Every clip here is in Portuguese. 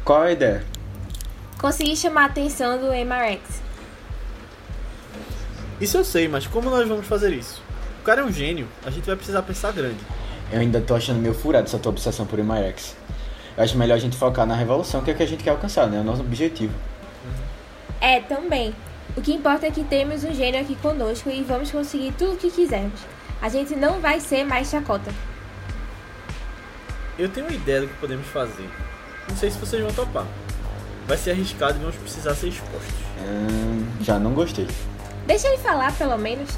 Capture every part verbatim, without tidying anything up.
Qual a ideia? Conseguir chamar a atenção do M R X. Isso eu sei, mas como nós vamos fazer isso? O cara é um gênio, a gente vai precisar pensar grande. Eu ainda tô achando meio furado essa tua obsessão por M R X. Eu acho melhor a gente focar na revolução, que é o que a gente quer alcançar, né? É o nosso objetivo. É, também. O que importa é que temos um gênio aqui conosco e vamos conseguir tudo o que quisermos. A gente não vai ser mais chacota. Eu tenho uma ideia do que podemos fazer. Não sei se vocês vão topar. Vai ser arriscado e vamos precisar ser expostos. Hum, já não gostei. Deixa ele falar, pelo menos.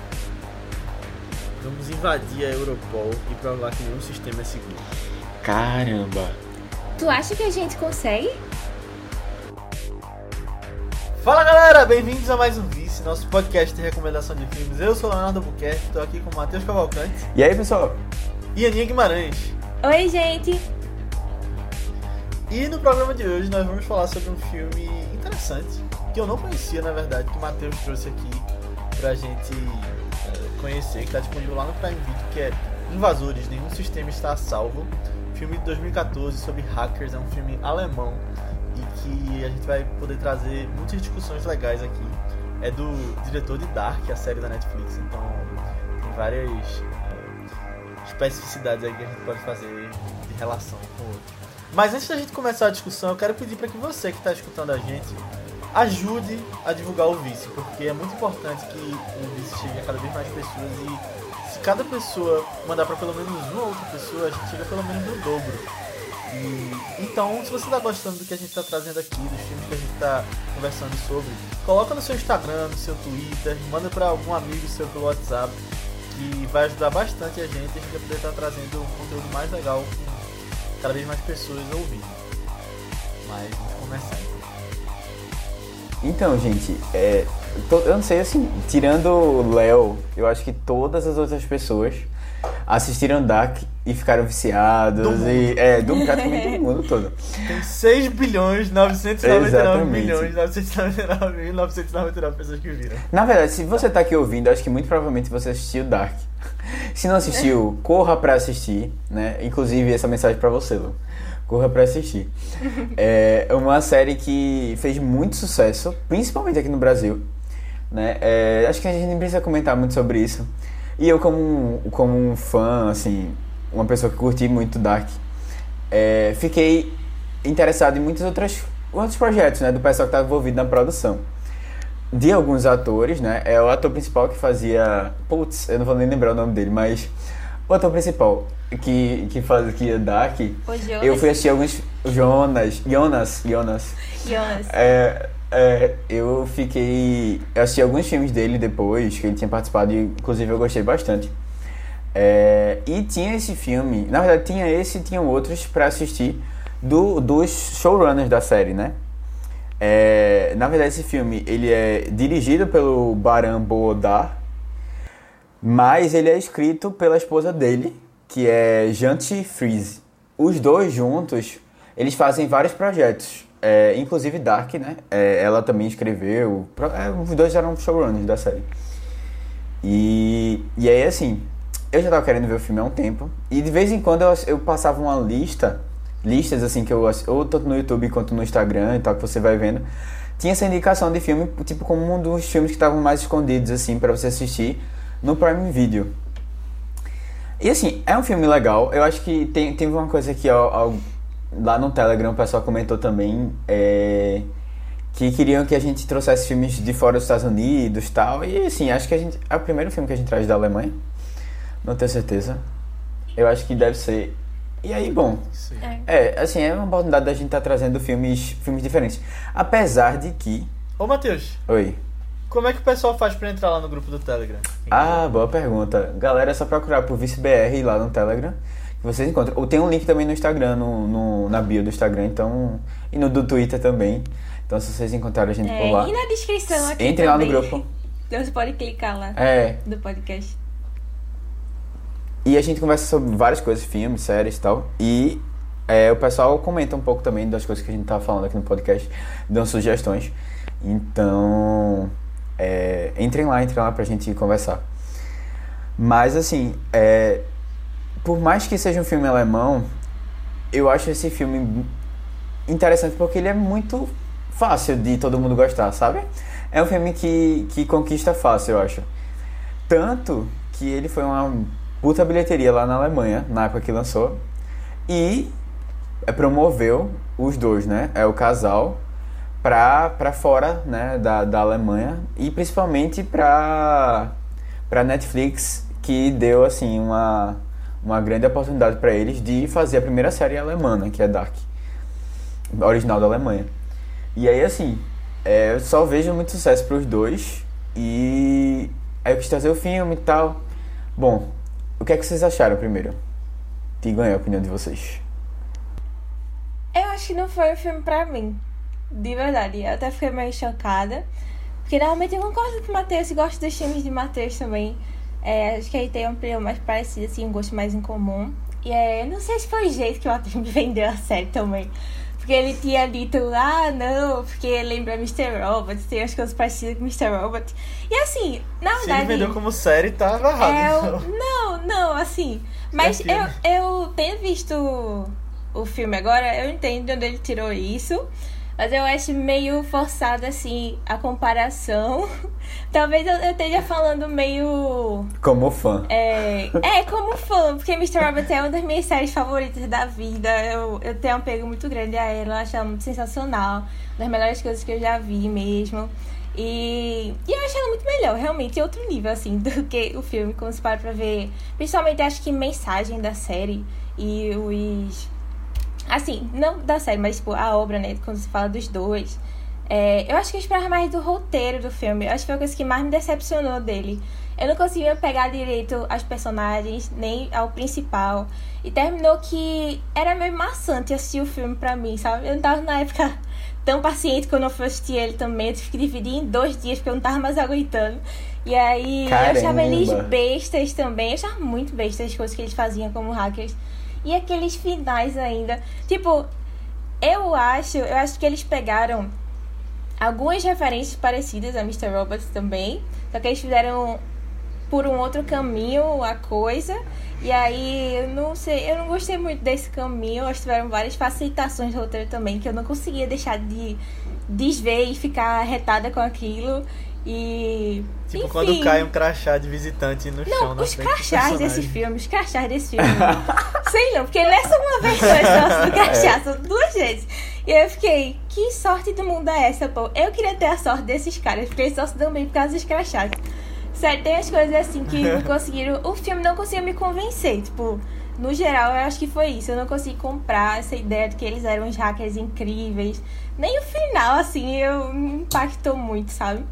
Vamos invadir a Europol e provar que nenhum sistema é seguro. Caramba. Tu acha que a gente consegue? Fala galera, bem-vindos a mais um Vice, nosso podcast de recomendação de filmes. Eu sou o Leonardo Albuquerque, estou aqui com o Matheus Cavalcante. E aí, pessoal? E Aninha Guimarães. Oi, gente! E no programa de hoje nós vamos falar sobre um filme interessante, que eu não conhecia, na verdade, que o Matheus trouxe aqui pra gente é, conhecer, que está disponível lá no Prime Video, que é Invasores, Nenhum Sistema Está a Salvo. Filme de dois mil e catorze sobre hackers, é um filme alemão e que a gente vai poder trazer muitas discussões legais aqui. É do diretor de Dark, a série da Netflix, então tem várias é, especificidades aí que a gente pode fazer de relação com o outro. Mas antes da gente começar a discussão, eu quero pedir para que você que está escutando a gente ajude a divulgar o Vice, porque é muito importante que o Vice chegue a cada vez mais pessoas e se cada pessoa mandar para pelo menos uma outra pessoa, a gente chega pelo menos no dobro. E, então, se você está gostando do que a gente está trazendo aqui, dos filmes que a gente está conversando sobre, coloca no seu Instagram, no seu Twitter, manda para algum amigo seu pelo WhatsApp, que vai ajudar bastante a gente, a gente vai poder estar trazendo um conteúdo mais legal com cada vez mais pessoas ouvindo. Mas vamos começar então. Então, gente, é, eu não sei, assim, tirando o Léo, eu acho que todas as outras pessoas assistiram Dark e ficaram viciados. Do mundo. E, é, do praticamente do mundo todo. Tem seis bilhões novecentos e noventa e nove Exatamente. milhões novecentos e noventa e nove mil novecentos e noventa e nove pessoas que viram. Na verdade, se você tá aqui ouvindo, acho que muito provavelmente você assistiu Dark. Se não assistiu, corra pra assistir, né? Inclusive, essa mensagem pra você, Lu. Corra pra assistir. É uma série que fez muito sucesso, principalmente aqui no Brasil, né? É, acho que a gente nem precisa comentar muito sobre isso. E eu, como, como um fã, assim, uma pessoa que curti muito Dark, é, fiquei interessado em muitos outros, outros projetos, né? Do pessoal que estava envolvido na produção. De alguns atores, né? É o ator principal que fazia... Putz, eu não vou nem lembrar o nome dele, mas... O ator principal que, que fazia Dark... O Jonas. Eu fui assistir alguns... Jonas... Jonas... Jonas... Jonas. É, é, eu fiquei... Eu assisti alguns filmes dele depois, que ele tinha participado, e inclusive eu gostei bastante. É, e tinha esse filme... Na verdade, tinha esse e tinham outros pra assistir do, dos showrunners da série, né? É, na verdade, esse filme ele é dirigido pelo Baran Boodar, mas ele é escrito pela esposa dele, que é Janty Friese. Os dois juntos, eles fazem vários projetos, é, inclusive Dark, né? É, ela também escreveu, é, os dois eram showrunners da série. E, e aí, assim, eu já tava querendo ver o filme há um tempo, e de vez em quando eu, eu passava uma lista... listas assim que eu ou tanto no YouTube quanto no Instagram e tal, que você vai vendo, tinha essa indicação de filme, tipo como um dos filmes que estavam mais escondidos assim pra você assistir no Prime Video. E assim, é um filme legal. Eu acho que tem, teve uma coisa que ó, ó, lá no Telegram o pessoal comentou também, é, que queriam que a gente trouxesse filmes de fora dos Estados Unidos e tal, e assim, acho que a gente é o primeiro filme que a gente traz da Alemanha, não tenho certeza. Eu acho que deve ser. E aí, bom, é, assim, é uma oportunidade da gente estar tá trazendo filmes, filmes diferentes. Apesar de que... Ô Matheus, Oi. como é que o pessoal faz pra entrar lá no grupo do Telegram? Ah, boa pergunta. Galera, é só procurar por Vice B R lá no Telegram, que vocês encontram. Ou tem um link também no Instagram, no, no, na bio do Instagram, então... E no do Twitter também. Então, se vocês encontrarem a gente É, por lá... e na descrição aqui Entrem lá no também. grupo. Então você pode clicar lá É... do podcast. E a gente conversa sobre várias coisas, filmes, séries e tal. E é, o pessoal comenta um pouco também das coisas que a gente tava falando aqui no podcast, dão sugestões. Então, é, entrem lá, entrem lá pra gente conversar. Mas assim, é, por mais que seja um filme alemão, eu acho esse filme interessante porque ele é muito fácil de todo mundo gostar, sabe? É um filme que, que conquista fácil, eu acho. Tanto que ele foi uma puta bilheteria lá na Alemanha, na época que lançou. E promoveu os dois, né? É o casal pra, pra fora, né? da, da Alemanha. E principalmente pra, pra Netflix, que deu, assim, uma, uma grande oportunidade pra eles de fazer a primeira série alemã, né? Que é Dark. Original da Alemanha. E aí, assim, é, eu só vejo muito sucesso pros dois. E aí eu quis trazer o filme e tal. Bom, o que é que vocês acharam primeiro? Digam aí a opinião de vocês. Eu acho que não foi um filme pra mim. De verdade. Eu até fiquei meio chocada. Porque normalmente eu concordo com o Matheus e gosto dos filmes de Matheus também. É, acho que aí tem um opinião mais parecida, assim, um gosto mais em comum. E é, não sei se foi o jeito que o Matheus me vendeu a série também. Porque ele tinha dito, ah, não, porque lembra mister Robot, tem as coisas parecidas com mister Robot. E assim, na verdade... Se ele vendeu como série, tava errado. É, então. Não, não, assim... Mas É eu, eu tenho visto o filme agora, eu entendo de onde ele tirou isso. Mas eu acho meio forçado, assim, a comparação. Talvez eu, eu esteja falando meio... Como fã. É, é, como fã, porque mister Robot é uma das minhas séries favoritas da vida. Eu, eu tenho um apego muito grande a ela, eu acho ela muito sensacional. Uma das melhores coisas que eu já vi mesmo. E, e eu acho ela muito melhor, realmente, outro nível, assim, do que o filme, como se para pra ver. Principalmente, acho que mensagem da série e os... Assim, não da série, mas tipo, a obra, né? Quando se fala dos dois. É, eu acho que eu esperava mais do roteiro do filme. Eu acho que foi a coisa que mais me decepcionou dele. Eu não conseguia pegar direito aos personagens, nem ao principal. E terminou que era meio maçante assistir o filme pra mim, sabe? Eu não tava na época tão paciente quando eu fui assistir ele também. Eu tive que dividir em dois dias porque eu não tava mais aguentando. E aí, Caramba. eu achava eles bestas também. Eu achava muito bestas as coisas que eles faziam como hackers. E aqueles finais ainda. Tipo, eu acho, eu acho que eles pegaram algumas referências parecidas a mister Robot também. Só que eles fizeram por um outro caminho a coisa. E aí, eu não sei, eu não gostei muito desse caminho. Acho que tiveram várias facilitações do roteiro também, que eu não conseguia deixar de desver e ficar retada com aquilo. E... Tipo, enfim. quando cai um crachá de visitante no chão. Não, os frente do crachás desse personagem. filme, os crachás desse filme. Sei não, porque nessa uma vez só esse negócio do crachá, são duas vezes. E eu fiquei, que sorte do mundo é essa, pô? Eu queria ter a sorte desses caras, porque eles só se dão bem por causa dos crachás. Sério, tem as coisas assim que não conseguiram... O filme não conseguiu me convencer, tipo... No geral, eu acho que foi isso. Eu não consegui comprar essa ideia de que eles eram uns hackers incríveis. Nem o final, assim, eu, me impactou muito, sabe?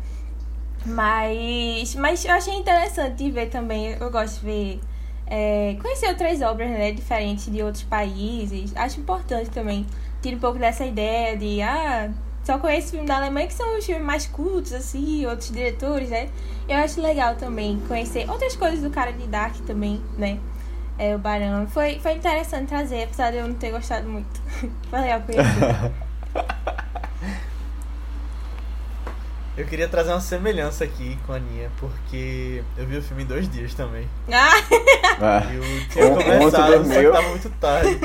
Mas, mas eu achei interessante ver também. Eu gosto de ver, é, conhecer outras obras, né, diferentes de outros países. Acho importante também. Tira um pouco dessa ideia de, ah, só conheço filme da Alemanha, que são os filmes mais cultos, assim, outros diretores, né? Eu acho legal também conhecer outras coisas do cara de Dark também, né? É, o Barão. Foi, foi interessante trazer, apesar de eu não ter gostado muito. Foi legal conhecer. Eu queria trazer uma semelhança aqui com a Aninha, porque eu vi o filme em dois dias também. Ah! Ah. Eu tinha Um- um começado, outro só que dormiu. tava muito tarde.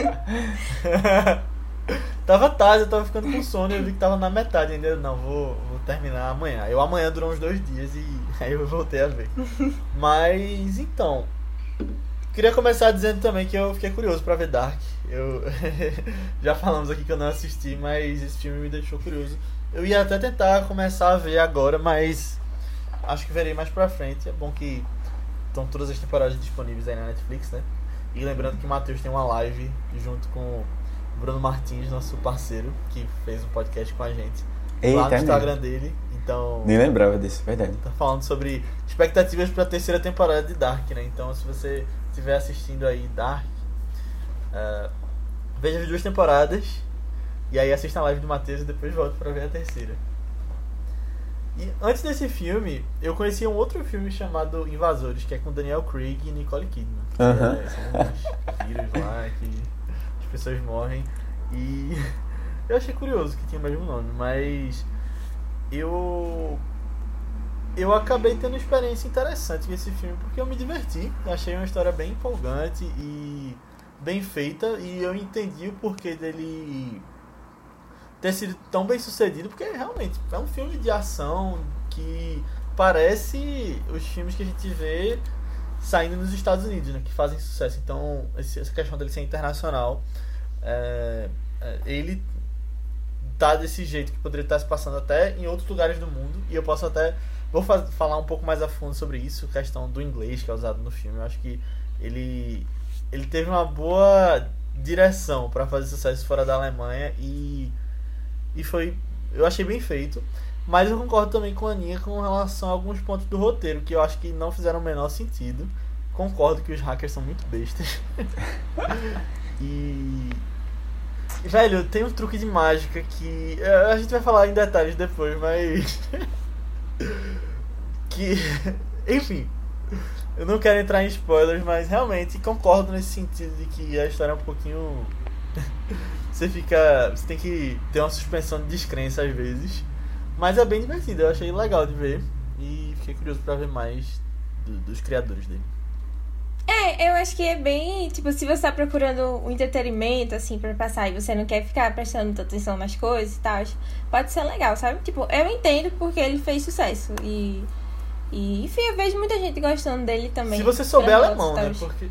Tava tarde, eu tava ficando com sono e eu vi que tava na metade ainda. Eu, não, vou, vou terminar amanhã. Eu amanhã durou uns dois dias e aí eu voltei a ver. Mas então, queria começar dizendo também que eu fiquei curioso pra ver Dark. Eu já falamos aqui que eu não assisti, mas esse filme me deixou curioso. Eu ia até tentar começar a ver agora, mas acho que verei mais pra frente. É bom que estão todas as temporadas disponíveis aí na Netflix, né? E lembrando que o Matheus tem uma live junto com o Bruno Martins, nosso parceiro, que fez um podcast com a gente. Eita, lá no é Instagram dele. Então, Nem lembrava disso, verdade. tá falando sobre expectativas pra terceira temporada de Dark, né? Então, se você estiver assistindo aí Dark, uh, veja as duas temporadas. E aí assista a live do Matheus e depois volta pra ver a terceira. E antes desse filme, eu conhecia um outro filme chamado Invasores, que é com Daniel Craig e Nicole Kidman. Aham. É, são uns vírus lá que as pessoas morrem. E eu achei curioso que tinha o mesmo nome, mas eu eu acabei tendo uma experiência interessante com esse filme, porque eu me diverti. Achei uma história bem empolgante e bem feita, e eu entendi o porquê dele ter sido tão bem sucedido, porque realmente é um filme de ação que parece os filmes que a gente vê saindo nos Estados Unidos, né, que fazem sucesso. Então, essa questão dele ser internacional, é, é, ele tá desse jeito que poderia estar se passando até em outros lugares do mundo, e eu posso até, vou fa- falar um pouco mais a fundo sobre isso, a questão do inglês que é usado no filme. Eu acho que ele, ele teve uma boa direção para fazer sucesso fora da Alemanha, e, e foi, eu achei bem feito. Mas eu concordo também com a Aninha com relação a alguns pontos do roteiro que eu acho que não fizeram o menor sentido. Concordo que os hackers são muito bestas. E... velho, tem um truque de mágica que... a gente vai falar em detalhes depois, mas... que... enfim... eu não quero entrar em spoilers, mas realmente concordo nesse sentido de que a história é um pouquinho... você fica... você tem que ter uma suspensão de descrença às vezes. Mas é bem divertido, eu achei legal de ver. E fiquei curioso pra ver mais do, dos criadores dele. É, eu acho que é bem... tipo, se você tá procurando um entretenimento, assim, pra passar, e você não quer ficar prestando muita atenção nas coisas e tal, pode ser legal, sabe? Tipo, eu entendo porque ele fez sucesso. E, e enfim, eu vejo muita gente gostando dele também. Se você souber alemão, né? Tal. Porque...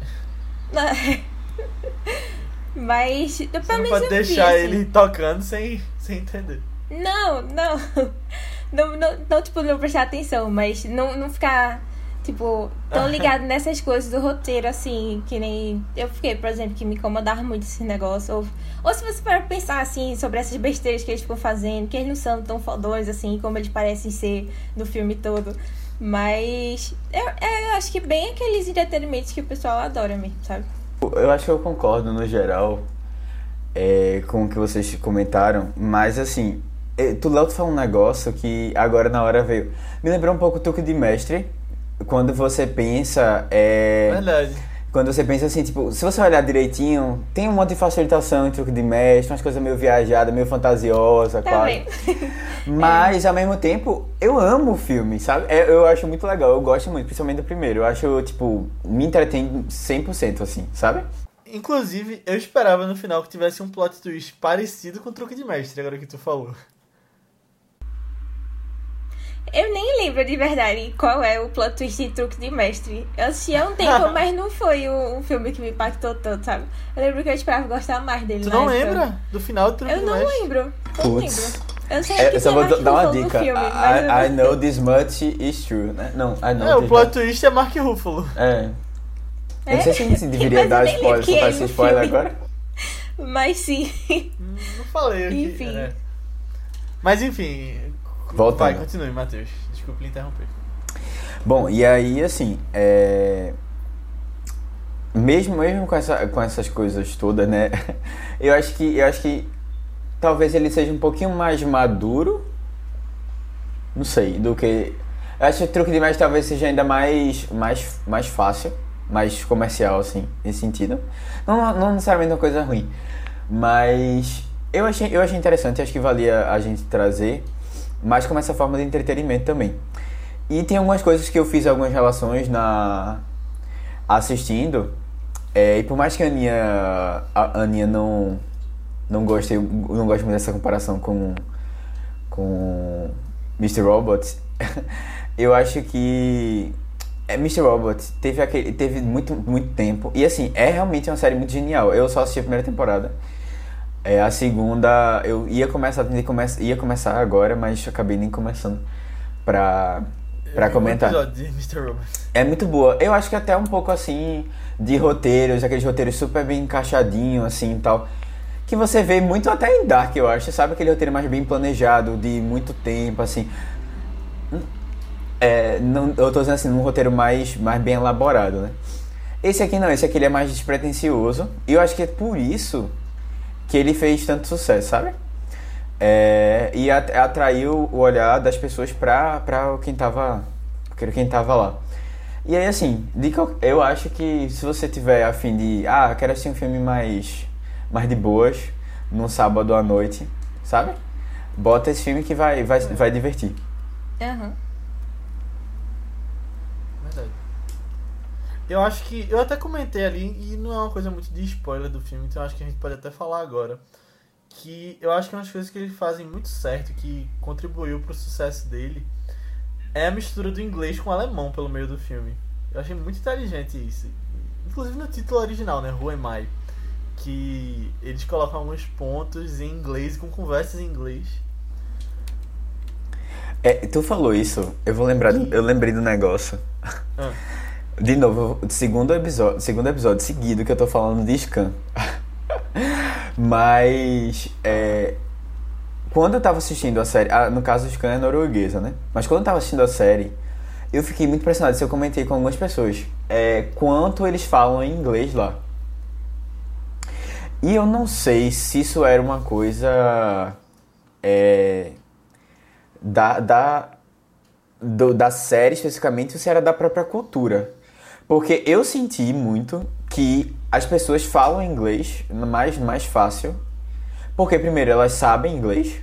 mas... você pelo não menos pode eu deixar vi, assim. ele tocando sem, sem entender. Não, não. Não, não, não, tipo, não prestar atenção, mas não, não ficar, tipo, tão ligado nessas coisas do roteiro, assim, que nem... eu fiquei, por exemplo, que me incomodava muito esse negócio. Ou, ou se você for pensar, assim, sobre essas besteiras que eles ficam fazendo, que eles não são tão fodões, assim, como eles parecem ser no filme todo. Mas eu, eu acho que bem aqueles entretenimentos que o pessoal adora mesmo, sabe? Eu acho que eu concordo, no geral, é, com o que vocês comentaram, mas, assim... tu, Léo, tu falou um negócio que agora na hora veio. Me lembrou um pouco o Truque de Mestre. Quando você pensa. É... Verdade. Quando você pensa assim, tipo, se você olhar direitinho, tem um monte de facilitação em Truque de Mestre, umas coisas meio viajadas, meio fantasiosa, Tá quase. bem. Mas, ao mesmo tempo, eu amo o filme, sabe? É, eu acho muito legal, eu gosto muito, principalmente do primeiro. Eu acho, tipo, me entretém cem por cento, assim, sabe? Inclusive, eu esperava no final que tivesse um plot twist parecido com o Truque de Mestre, agora que tu falou. Eu nem lembro de verdade qual é o plot twist de Truque de Mestre. Eu assisti há um tempo, mas não foi um, um filme que me impactou tanto, sabe? Eu lembro que eu esperava gostar mais dele. Tu na não época. lembra do final do Truque Eu de não Mestre? lembro. Eu não Putz. lembro. Eu sei É, que eu só tinha vou Mark dar uma Ruffalo no dica. filme, mas eu I, não- I know this much is true, né? Não, I know É, o this plot much. twist é Mark Ruffalo. É. Eu não sei se a gente É? deveria Mas eu dar nem spoiler, lembro que soltar é esse no spoiler filme. agora. Mas sim. Hum, Não falei aqui. Enfim. É. Mas enfim. Voltando. Vai, continue, Matheus. Desculpe lhe interromper. Bom, e aí, assim, é... mesmo, mesmo com, essa, com essas coisas todas, né? Eu acho que, eu acho que talvez ele seja um pouquinho mais maduro, não sei, do que... Eu acho que o Truque de Mestre talvez seja ainda mais, mais, mais fácil, mais comercial, assim, nesse sentido. Não, não necessariamente uma coisa ruim, mas eu achei, eu achei interessante, acho que valia a gente trazer, mas como essa forma de entretenimento também. E tem algumas coisas que eu fiz algumas relações na assistindo, é, e por mais que a Aninha, a Aninha não, não, goste, não goste muito dessa comparação com, com mister Robot, eu acho que é, mister Robot teve, aquele, teve muito, muito tempo, e assim, é realmente uma série muito genial. Eu só assisti a primeira temporada, é, a segunda eu ia começar, ia começar agora, mas acabei nem começando pra... pra comentar. Um episódio de mister Robot. É muito boa. Eu acho que até um pouco assim de roteiros, aqueles roteiros super bem encaixadinhos assim e tal. Que você vê muito até em Dark, eu acho. Sabe aquele roteiro mais bem planejado, de muito tempo, assim. É, não, eu tô dizendo assim, num roteiro mais, mais bem elaborado, né? Esse aqui não, esse aqui ele é mais despretensioso. E eu acho que é por isso que ele fez tanto sucesso, sabe? É, e atraiu o olhar das pessoas pra, pra quem tava, quem tava lá. E aí, assim, eu acho que se você tiver a fim de... Ah, quero assistir um filme mais, mais de boas, num sábado à noite, sabe? Bota esse filme que vai, vai, vai divertir. Aham. Verdade. Eu acho que... Eu até comentei ali, e não é uma coisa muito de spoiler do filme, então eu acho que a gente pode até falar agora. que eu acho que uma das coisas que eles fazem muito certo, que contribuiu pro sucesso dele, é a mistura do inglês com o alemão pelo meio do filme. Eu achei muito inteligente isso. Inclusive no título original, né? Who Am I? Que eles colocam alguns pontos em inglês, com conversas em inglês. É, tu falou isso, eu vou lembrar, eu lembrei do negócio. Ah. De novo, segundo episódio, segundo episódio seguido que eu tô falando de Scan. Mas, é, quando eu tava assistindo a série, ah, no caso o Scan é norueguesa, né? Mas quando eu tava assistindo a série, eu fiquei muito impressionado, isso eu comentei com algumas pessoas, é, quanto eles falam em inglês lá. E eu não sei se isso era uma coisa é, da, da, do, da série especificamente, ou se era da própria cultura. Porque eu senti muito que as pessoas falam inglês mais, mais fácil. Porque, primeiro, elas sabem inglês.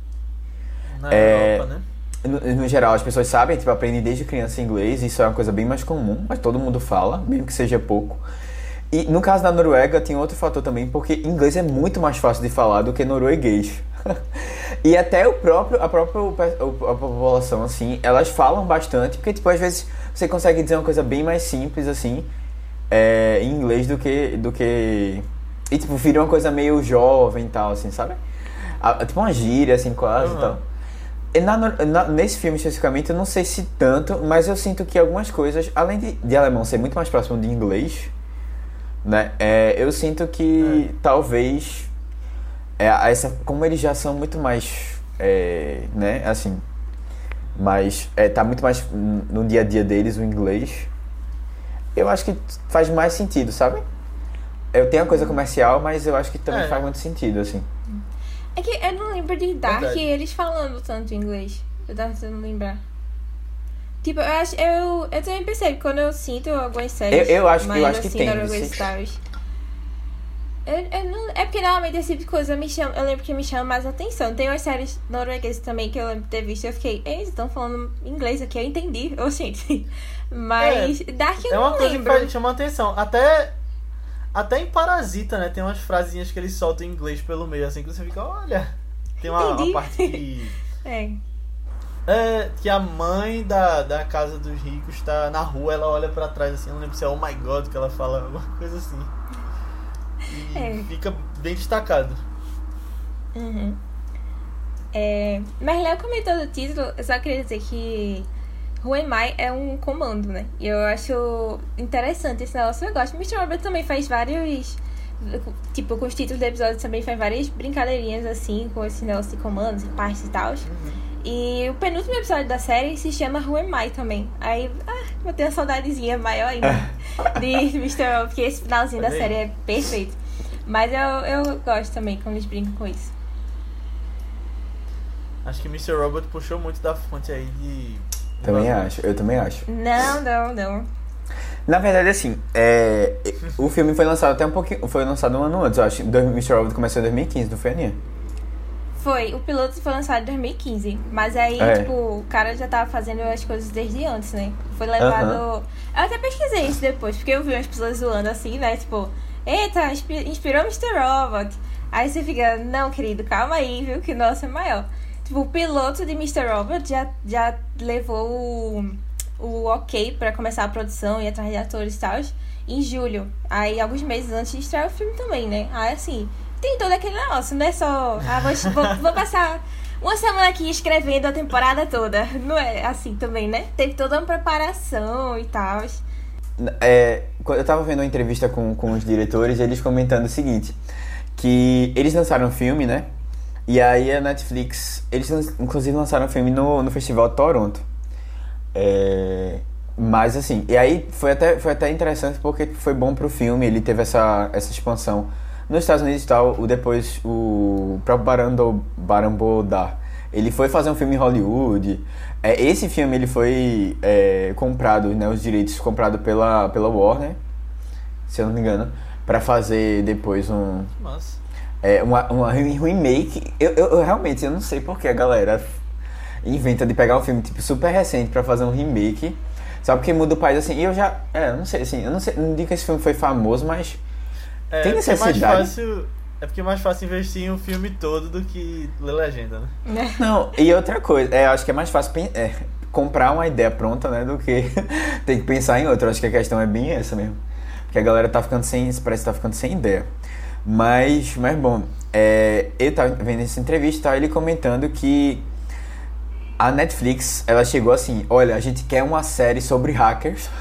Na É, Europa, né? No, no geral, as pessoas sabem, tipo, aprendem desde criança inglês. Isso é uma coisa bem mais comum, mas todo mundo fala, mesmo que seja pouco. E no caso da Noruega tem outro fator também, porque inglês é muito mais fácil de falar do que norueguês. E até o próprio, a própria a população, assim, elas falam bastante, porque, tipo, às vezes você consegue dizer uma coisa bem mais simples, assim, é, em inglês do que, do que... E, tipo, vira uma coisa meio jovem e tal, assim, sabe? A, tipo uma gíria, assim, quase, uhum. E tal. E na, na, nesse filme, especificamente, eu não sei se tanto, mas eu sinto que algumas coisas, além de, de alemão ser muito mais próximo de inglês, né, é, eu sinto que é. talvez... É, essa, como eles já são muito mais, é, né, assim, mas é, tá muito mais no dia a dia deles o inglês, eu acho que faz mais sentido, sabe? Eu tenho a coisa comercial, mas eu acho que também é. faz muito sentido, assim. É que eu não lembro de Dark Verdade. eles falando tanto inglês, eu tava tentando lembrar. Tipo, eu acho, eu, eu também percebo que quando eu sinto algumas séries, eu, eu acho, mais eu acho assim, que tem, Norway Stars, Eu, eu não, é porque normalmente esse tipo de coisa me chama, eu lembro que me chama mais atenção. Tem umas séries norueguesas também que eu lembro de ter visto. Eu fiquei, eles estão falando inglês aqui, eu entendi. Eu gente. Mas é, Dark eu é uma não coisa lembro. que chama atenção. Até, até em Parasita, né? Tem umas frasinhas que eles soltam em inglês pelo meio, assim, que você fica, olha. Tem uma, uma parte que. é. É, que a mãe da, da casa dos ricos tá na rua, ela olha pra trás assim, eu não lembro se é oh my god que ela fala, alguma coisa assim. E é. fica bem destacado. Uhum. É, mas Léo comentou do título, eu só queria dizer que Who Am I é um comando, né? E eu acho interessante esse negócio. Eu gosto. mister Robert também faz vários, tipo, com os títulos do episódio também faz várias brincadeirinhas assim, com esse negócio de comandos e partes e tal. Uhum. E o penúltimo episódio da série se chama Who Am I também. Aí, ah, vou ter uma saudadezinha maior ainda de mister Robert, porque esse finalzinho da série é perfeito. Mas eu, eu gosto também quando eles brincam com isso. Acho que mister Robot puxou muito da fonte aí de... Também acho, eu também acho. Não, não, não. Na verdade, assim, é, o filme foi lançado até um pouquinho... Foi lançado um ano antes, eu acho. mister Robot começou em dois mil e quinze, não foi, Aninha? Foi, o piloto foi lançado em dois mil e quinze. Mas aí, é. tipo, o cara já tava fazendo as coisas desde antes, né? Foi levado... Uh-huh. Eu até pesquisei isso depois, porque eu vi umas pessoas zoando assim, né? Tipo... Eita, inspirou mister Robot. Aí você fica, não, querido, calma aí, viu? Que o nosso é maior. Tipo, o piloto de mister Robot já, já levou o, o ok pra começar a produção e atrás de atores e tal em julho. Aí, alguns meses antes de estrear o filme também, né? Aí, assim, tem todo aquele negócio, não é só... Ah, vou, vou, vou passar uma semana aqui escrevendo a temporada toda. Não é assim também, né? Teve toda uma preparação e tal. É, eu tava vendo uma entrevista com, com os diretores, eles comentando o seguinte, que eles lançaram um filme, né? E aí a Netflix, eles inclusive lançaram um filme no, no Festival de Toronto. É, mas assim, e aí foi até, foi até interessante porque foi bom pro filme, ele teve essa, essa expansão. Nos Estados Unidos e tal, o, depois o próprio Barando, Barambodar, ele foi fazer um filme em Hollywood. É, esse filme ele foi é, comprado, né, os direitos comprados pela, pela Warner, se eu não me engano, pra fazer depois um... Nossa. É, uma, uma remake. Eu, eu, eu realmente eu não sei porque a galera inventa de pegar um filme tipo super recente pra fazer um remake. Só porque muda o país assim. E eu já. É, eu não sei assim. Eu não sei. Não digo que esse filme foi famoso, mas. É, tem necessidade. É mais fácil, É porque é mais fácil investir em um filme todo do que ler legenda, né? Não, e outra coisa, é, acho que é mais fácil pen- é, comprar uma ideia pronta, né, do que ter que pensar em outra. Acho que a questão é bem essa mesmo. Porque a galera tá ficando sem, parece que tá ficando sem ideia. Mas, mas bom, é, eu tava vendo essa entrevista e tal, ele comentando que a Netflix, ela chegou assim, olha, a gente quer uma série sobre hackers.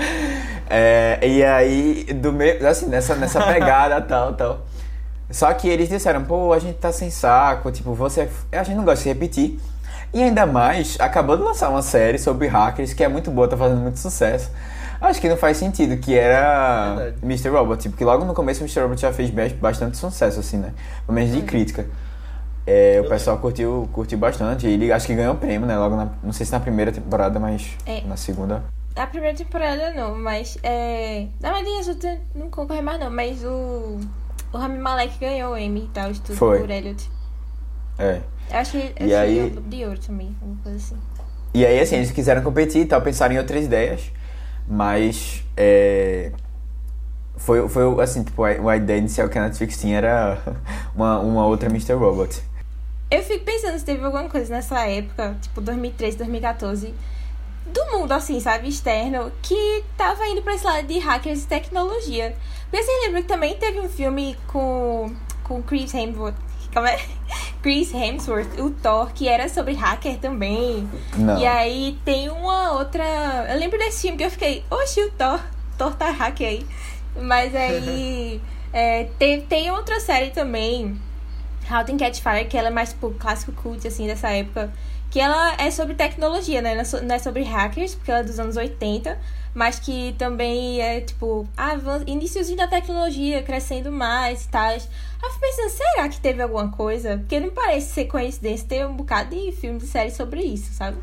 é, e aí, do meio, assim, nessa, nessa pegada, tal, tal. Só que eles disseram, pô, a gente tá sem saco, tipo, você... A gente não gosta de se repetir. E ainda mais, acabou de lançar uma série sobre hackers, que é muito boa, tá fazendo muito sucesso. Acho que não faz sentido, que era Verdade. mister Robot, porque logo no começo o mister Robot já fez bastante sucesso, assim, né? Pelo menos de crítica. É, o pessoal curtiu, curtiu bastante, e ele acho que ganhou o prêmio, né? Logo na, não sei se na primeira temporada, mas É. na segunda. A primeira temporada não, mas é... Na verdade as outras não concorre mais não, mas o... O Rami Malek ganhou o Emmy e tal, tudo Foi. por Elliot. É. Eu acho que E esse aí- é o de ouro também, alguma coisa assim. E aí, assim, eles quiseram competir e tal, pensaram em outras ideias, mas é, foi, foi assim, tipo, a, a ideia inicial que a Netflix tinha era uma, uma outra mister Robot. Eu fico pensando se teve alguma coisa nessa época, tipo dois mil e treze, dois mil e quatorze, do mundo, assim, sabe, externo, que tava indo pra esse lado de hackers e tecnologia. Porque você lembra que também teve um filme com, com Chris Hemsworth, como é? Chris Hemsworth, o Thor, que era sobre hacker também. Não. E aí tem uma outra... Eu lembro desse filme que eu fiquei, oxi, o Thor, Thor tá hacker aí. Mas aí é, tem, tem outra série também, How to Catch Fire, que ela é mais tipo clássico cult, assim, dessa época. Que ela é sobre tecnologia, né? Não é so- não é sobre hackers, porque ela é dos anos oitenta. Mas que também é, tipo, ah, iniciozinho da tecnologia, crescendo mais e tal. Aí eu fico pensando, será que teve alguma coisa? Porque não parece ser coincidência ter um bocado de filmes e séries sobre isso, sabe?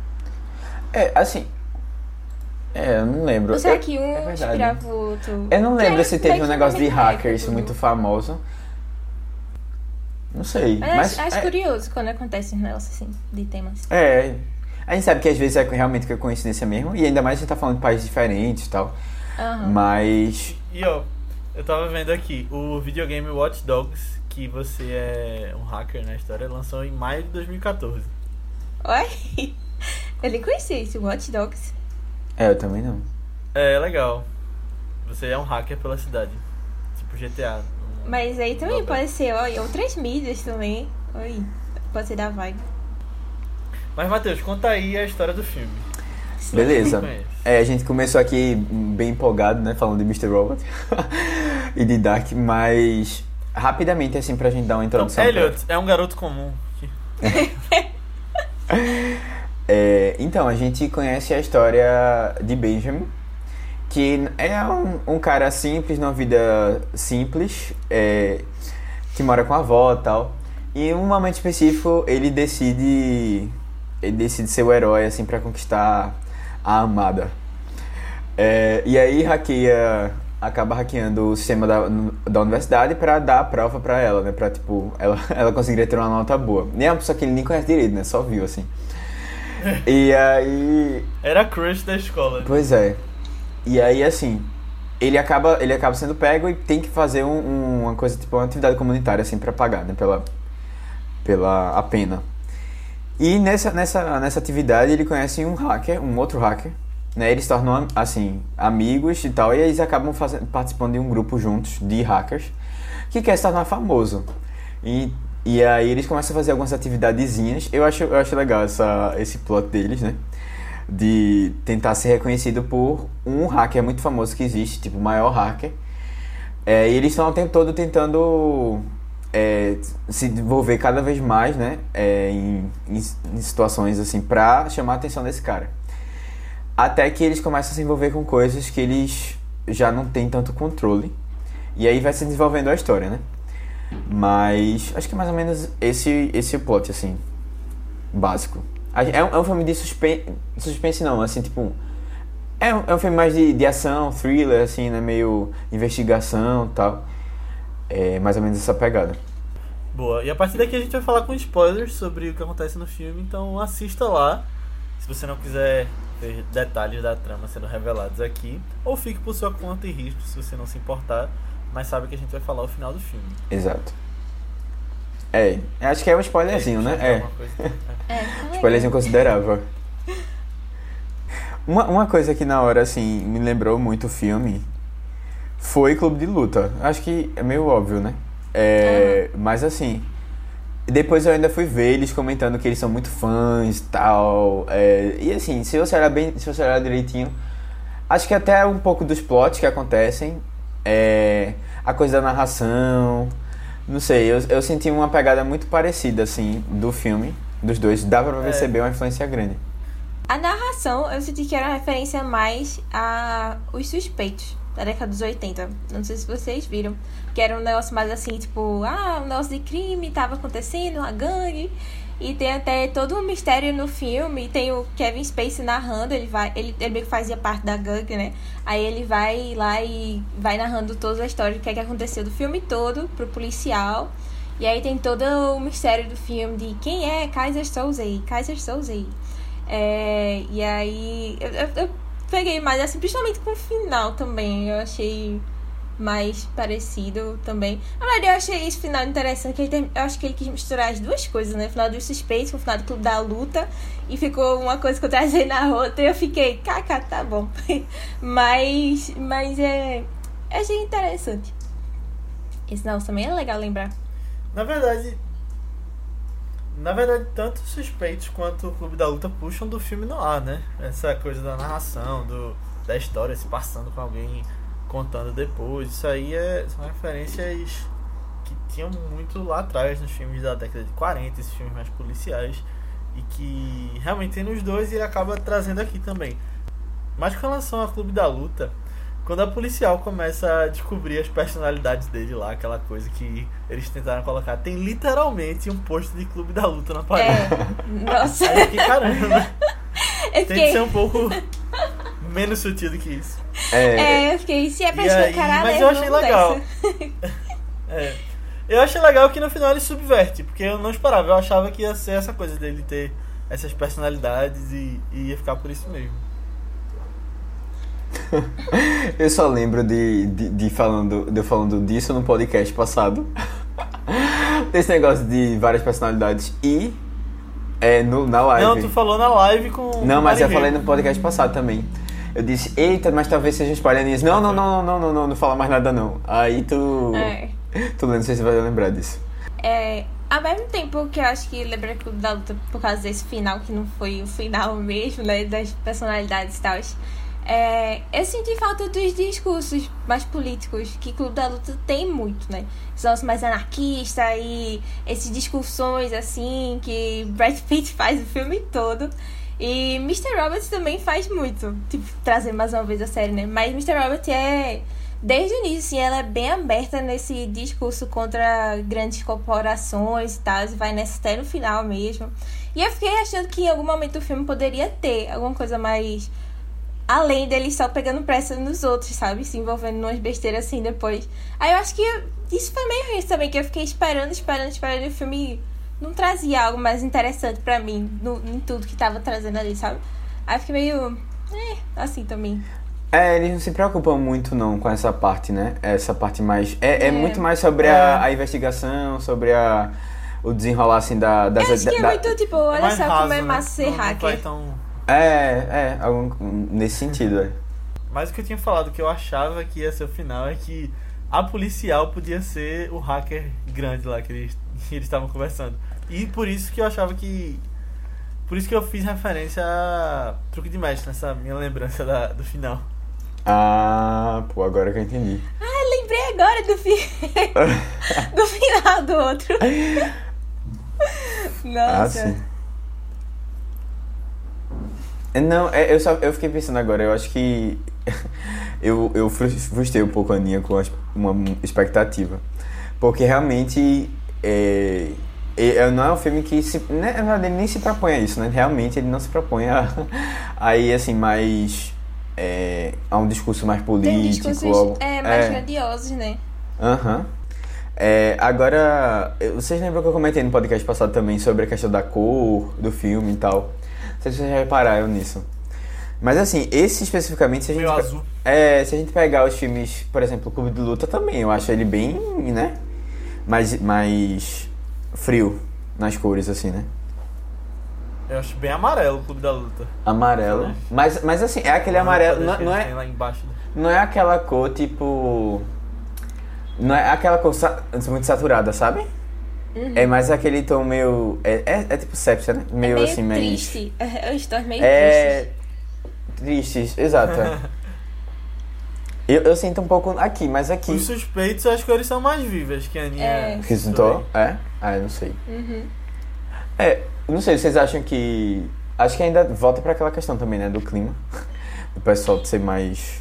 É, assim, é, eu não lembro. Ou será Eu- que um é verdade. inspirava o outro? Eu não Que lembro era se teve meio um que negócio na de mesma hackers época, muito tudo. famoso. Não sei, Mas, mas... acho, acho é, curioso quando acontece um negócio assim, de temas. é, a gente sabe que às vezes é realmente que é coincidência mesmo, e ainda mais a gente tá falando de países diferentes e tal. Aham. Mas... E ó, eu tava vendo aqui, o videogame Watch Dogs, que você é um hacker na história, lançou em maio de dois mil e quatorze. Oi? Eu nem conhecia esse Watch Dogs. É, eu também não. É, legal. Você é um hacker pela cidade. Tipo G T A. um- Mas aí também um pode ser, ó, em outras mídias também. Oi, pode ser da vibe. Mas, Matheus, conta aí a história do filme. Beleza. Não conheço. É, a gente começou aqui bem empolgado, né? Falando de mister Robot e de Dark, mas rapidamente, assim, pra gente dar uma Então, introdução. Elliot é um garoto comum. É, então, a gente conhece a história de Benjamin, que é um, um cara simples, numa vida simples, é, que mora com a avó e tal. E em um momento específico, ele decide, ele decide ser o herói, assim, pra conquistar a amada. É, e aí hackeia, acaba hackeando o sistema da, da universidade pra dar a prova pra ela, né? Pra, tipo, ela, ela conseguiria ter uma nota boa. Nem é uma pessoa que ele nem conhece direito, né? Só viu, assim. E aí... Era a crush da escola. Pois é. E aí, assim, ele acaba, ele acaba sendo pego e tem que fazer um, um- uma coisa, tipo, uma atividade comunitária, assim, pra pagar, né? Pela, pela a pena. E nessa, nessa, nessa atividade ele conhece um hacker, um outro hacker, né? Eles se tornam, assim, amigos e tal, e eles acabam fazendo, participando de um grupo juntos de hackers que quer se tornar famoso. E, e aí eles começam a fazer algumas atividadezinhas. Eu acho, eu acho legal essa, esse plot deles, né? De tentar ser reconhecido por um hacker muito famoso que existe, tipo, o maior hacker. É, e eles estão o tempo todo tentando é, se envolver cada vez mais, né? É, em, em, em situações assim, pra chamar a atenção desse cara. Até que eles começam a se envolver com coisas que eles já não têm tanto controle. E aí vai se desenvolvendo a história, né? Mas acho que é mais ou menos esse, esse o plot, assim, básico. É um, é um filme de suspense, suspense não, assim, tipo... É um, é um filme mais de, de ação, thriller, assim, né? Meio investigação e tal. É mais ou menos essa pegada. Boa. E a partir daqui a gente vai falar com spoilers sobre o que acontece no filme, então assista lá. Se você não quiser ver detalhes da trama sendo revelados aqui, ou fique por sua conta e risco, se você não se importar. mas sabe que a gente vai falar o final do filme. Exato. É, acho que é um spoilerzinho, né? É. É, Spoilerzinho considerável. Uma, uma coisa que na hora, assim, me lembrou muito o filme foi Clube de Luta. Acho que é meio óbvio, né? É, uhum. Mas assim, depois eu ainda fui ver eles comentando que eles são muito fãs e tal. É, e assim, se você olhar bem, se você olhar direitinho, acho que até um pouco dos plots que acontecem, é, a coisa da narração, não sei, eu, eu senti uma pegada muito parecida, assim, do filme, dos dois. Dá pra perceber é. uma influência grande. A narração, eu senti que era uma referência mais a Os Suspeitos, da década dos oitenta. Não sei se vocês viram. Que era um negócio mais assim, tipo, ah, um negócio de crime tava acontecendo, uma gangue. E tem até todo um mistério no filme. Tem o Kevin Spacey narrando, ele vai, ele, ele meio que fazia parte da gangue, né? Aí ele vai lá e vai narrando toda a história do que, é que aconteceu do filme todo pro policial. E aí tem todo o mistério do filme de quem é Keyser Söze, Keyser Söze. É, e aí eu, eu, eu peguei mais assim, principalmente com o final também. Eu achei mais parecido também. Na verdade, eu achei esse final interessante, que ele tem, eu acho que ele quis misturar as duas coisas, né? O final dos Suspeitos com o final do Clube da Luta. E ficou uma coisa que eu trazei na outra e eu fiquei, caca, tá bom. mas, mas é, eu achei interessante. Esse não também é legal lembrar. Na verdade, na verdade, tanto os Suspeitos quanto o Clube da Luta puxam do filme noir, né? Essa coisa da narração, do, da história se passando com alguém contando depois. Isso aí é, são referências que tinham muito lá atrás nos filmes da década de quarenta, esses filmes mais policiais, e que realmente tem nos dois e ele acaba trazendo aqui também. Mas com relação ao Clube da Luta, quando a policial começa a descobrir as personalidades dele lá, aquela coisa que eles tentaram colocar, tem literalmente um posto de Clube da Luta na parede. É, nossa. Aí eu fiquei, caramba. Eu fiquei... Tem que ser um pouco menos sutil do que isso. É, é eu fiquei, se é pra escancarar, mas eu achei legal. é. Eu achei legal que no final ele subverte, porque eu não esperava, eu achava que ia ser essa coisa dele ter essas personalidades e, e ia ficar por isso mesmo. Eu só lembro de, de, de, falando, de eu falando disso no podcast passado. Desse negócio de várias personalidades e é, no, na live. Não, tu falou na live com Não, mas eu falei no podcast passado também. Eu disse, eita, mas talvez seja spoiler. Não, não, não, não, não, não, não fala mais nada não. Aí tu... É. Tu não sei se vai lembrar disso. É, ao mesmo tempo que eu acho que lembra Clube da Luta por causa desse final, que não foi o final mesmo, né, das personalidades e tal. É, eu senti falta dos discursos mais políticos que Clube da Luta tem muito, né? São os mais anarquistas e essas discussões assim que Brad Pitt faz o filme todo. E mister Robert também faz muito, tipo, trazer mais uma vez a série, né? Mas mister Robert é, desde o início, assim, ela é bem aberta nesse discurso contra grandes corporações e tal, e vai nessa até no final mesmo. E eu fiquei achando que em algum momento o filme poderia ter alguma coisa mais além dele só pegando pressa nos outros, sabe? Se envolvendo em umas besteiras assim depois. Aí eu acho que isso foi meio ruim também, que eu fiquei esperando, esperando, esperando e o filme não trazia algo mais interessante pra mim no, em tudo que tava trazendo ali, sabe? Aí eu fiquei meio... É, assim também. É, eles não se preocupam muito não com essa parte, né? Essa parte mais... É, é. é muito mais sobre a, a investigação, sobre a, o desenrolar, assim, da... Das, eu acho que é da, muito, tipo, olha é só raso, como é né? massa ser não, hacker. não tão... É, é, algum, nesse sentido, é. Mas o que eu tinha falado, que eu achava que ia ser o final, é que a policial podia ser o hacker grande lá que eles que eles estavam conversando. E por isso que eu achava que... Por isso que eu fiz referência a Truque de Mestre nessa minha lembrança da, do final. Ah, pô, agora que eu entendi. Ah, lembrei agora do, fi... do final do outro. Nossa. Ah, sim. Não, eu, só, eu fiquei pensando agora, eu acho que eu, eu frustrei um pouco a Aninha com uma expectativa. Porque realmente é, é, não é um filme que se, né, ele nem se propõe a isso, né? Realmente ele não se propõe a, a ir assim, mais é, a um discurso mais político. Tem discursos algo, é, mais é, grandiosos, né? Aham. Uhum. É, agora, vocês lembram que eu comentei no podcast passado também sobre a questão da cor do filme e tal? Não sei se vocês já repararam nisso. Mas assim, esse especificamente, se a gente. Meio azul. É, se a gente pegar os filmes, por exemplo, o Clube de Luta também, eu acho ele bem, né? Mais, mais frio nas cores, assim, né? Eu acho bem amarelo o Clube da Luta. Amarelo. É. Mas, mas assim, é aquele A amarelo. roupa Não, que não eles têm é, lá embaixo. não é aquela cor tipo. Não é aquela cor sa- muito saturada, sabe? Uhum. É mais aquele tom meio. É, é, é tipo sépia, né? Meio, meio assim, meio. triste. Os tons meio É. tristes. Tristes, exato. é. eu, eu sinto um pouco aqui, mas aqui. Os suspeitos, as cores são mais vivas que a Aninha. É. Que sintou? É? Ah, eu não sei. Uhum. É, não sei, vocês acham que. Acho que ainda volta pra aquela questão também, né? Do clima. Do pessoal ser mais.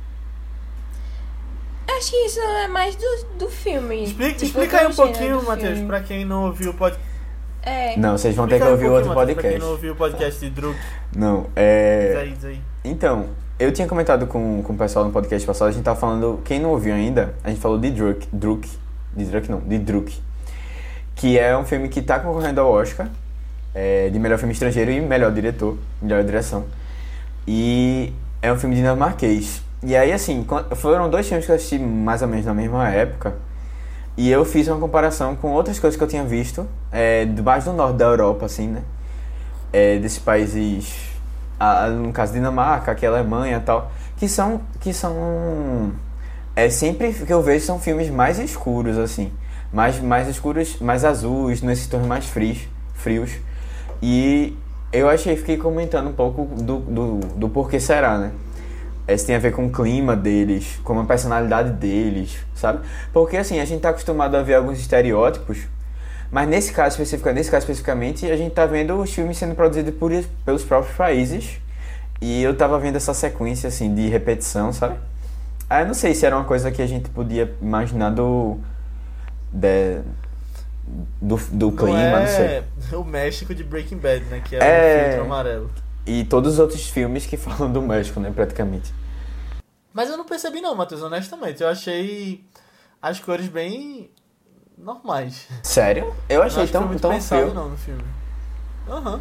Acho que isso é mais do, do filme. Explica, Tipo, explica aí do um gênero pouquinho, do Matheus, filme. pra quem não ouviu o podcast. É. Não, vocês vão ter que Explica aí um ouvir outro pouquinho, Matheus, pra quem podcast. não ouviu o podcast de Druk. Não, Diz é. aí, diz aí. Então, eu tinha comentado com, com o pessoal no podcast passado, a gente tava falando. Quem não ouviu ainda, a gente falou de Druk. Druk. De Druk não, de Druk. Que é um filme que tá concorrendo ao Oscar. É, de melhor filme estrangeiro e melhor diretor, melhor direção. E é um filme dinamarquês. E aí, assim, foram dois filmes que eu assisti mais ou menos na mesma época. E eu fiz uma comparação com outras coisas que eu tinha visto, é, do mais do norte da Europa, assim, né? É, desses países, a, no caso Dinamarca, aqui a Alemanha e tal, que são, que são, é, sempre que eu vejo são filmes mais escuros, assim, mais, mais escuros, mais azuis, nesses tons mais frios, frios. E eu achei, fiquei comentando um pouco do, do, do porquê será, né? Isso tem a ver com o clima deles, com a personalidade deles, sabe? Porque assim, a gente tá acostumado a ver alguns estereótipos, mas nesse caso específico, nesse caso especificamente, a gente tá vendo os filmes sendo produzidos por, pelos próprios países. E eu tava vendo essa sequência assim de repetição, sabe? Aí eu não sei se era uma coisa que a gente podia imaginar do de, do, do clima, não, é não sei. o México de Breaking Bad, né? Que é, É. o filtro amarelo. E todos os outros filmes que falam do México, né, praticamente. Mas eu não percebi não, Matheus, honestamente. Eu achei as cores bem normais. Sério? Eu Não achei acho que foi tão, muito tão pensado frio. não no filme. Aham.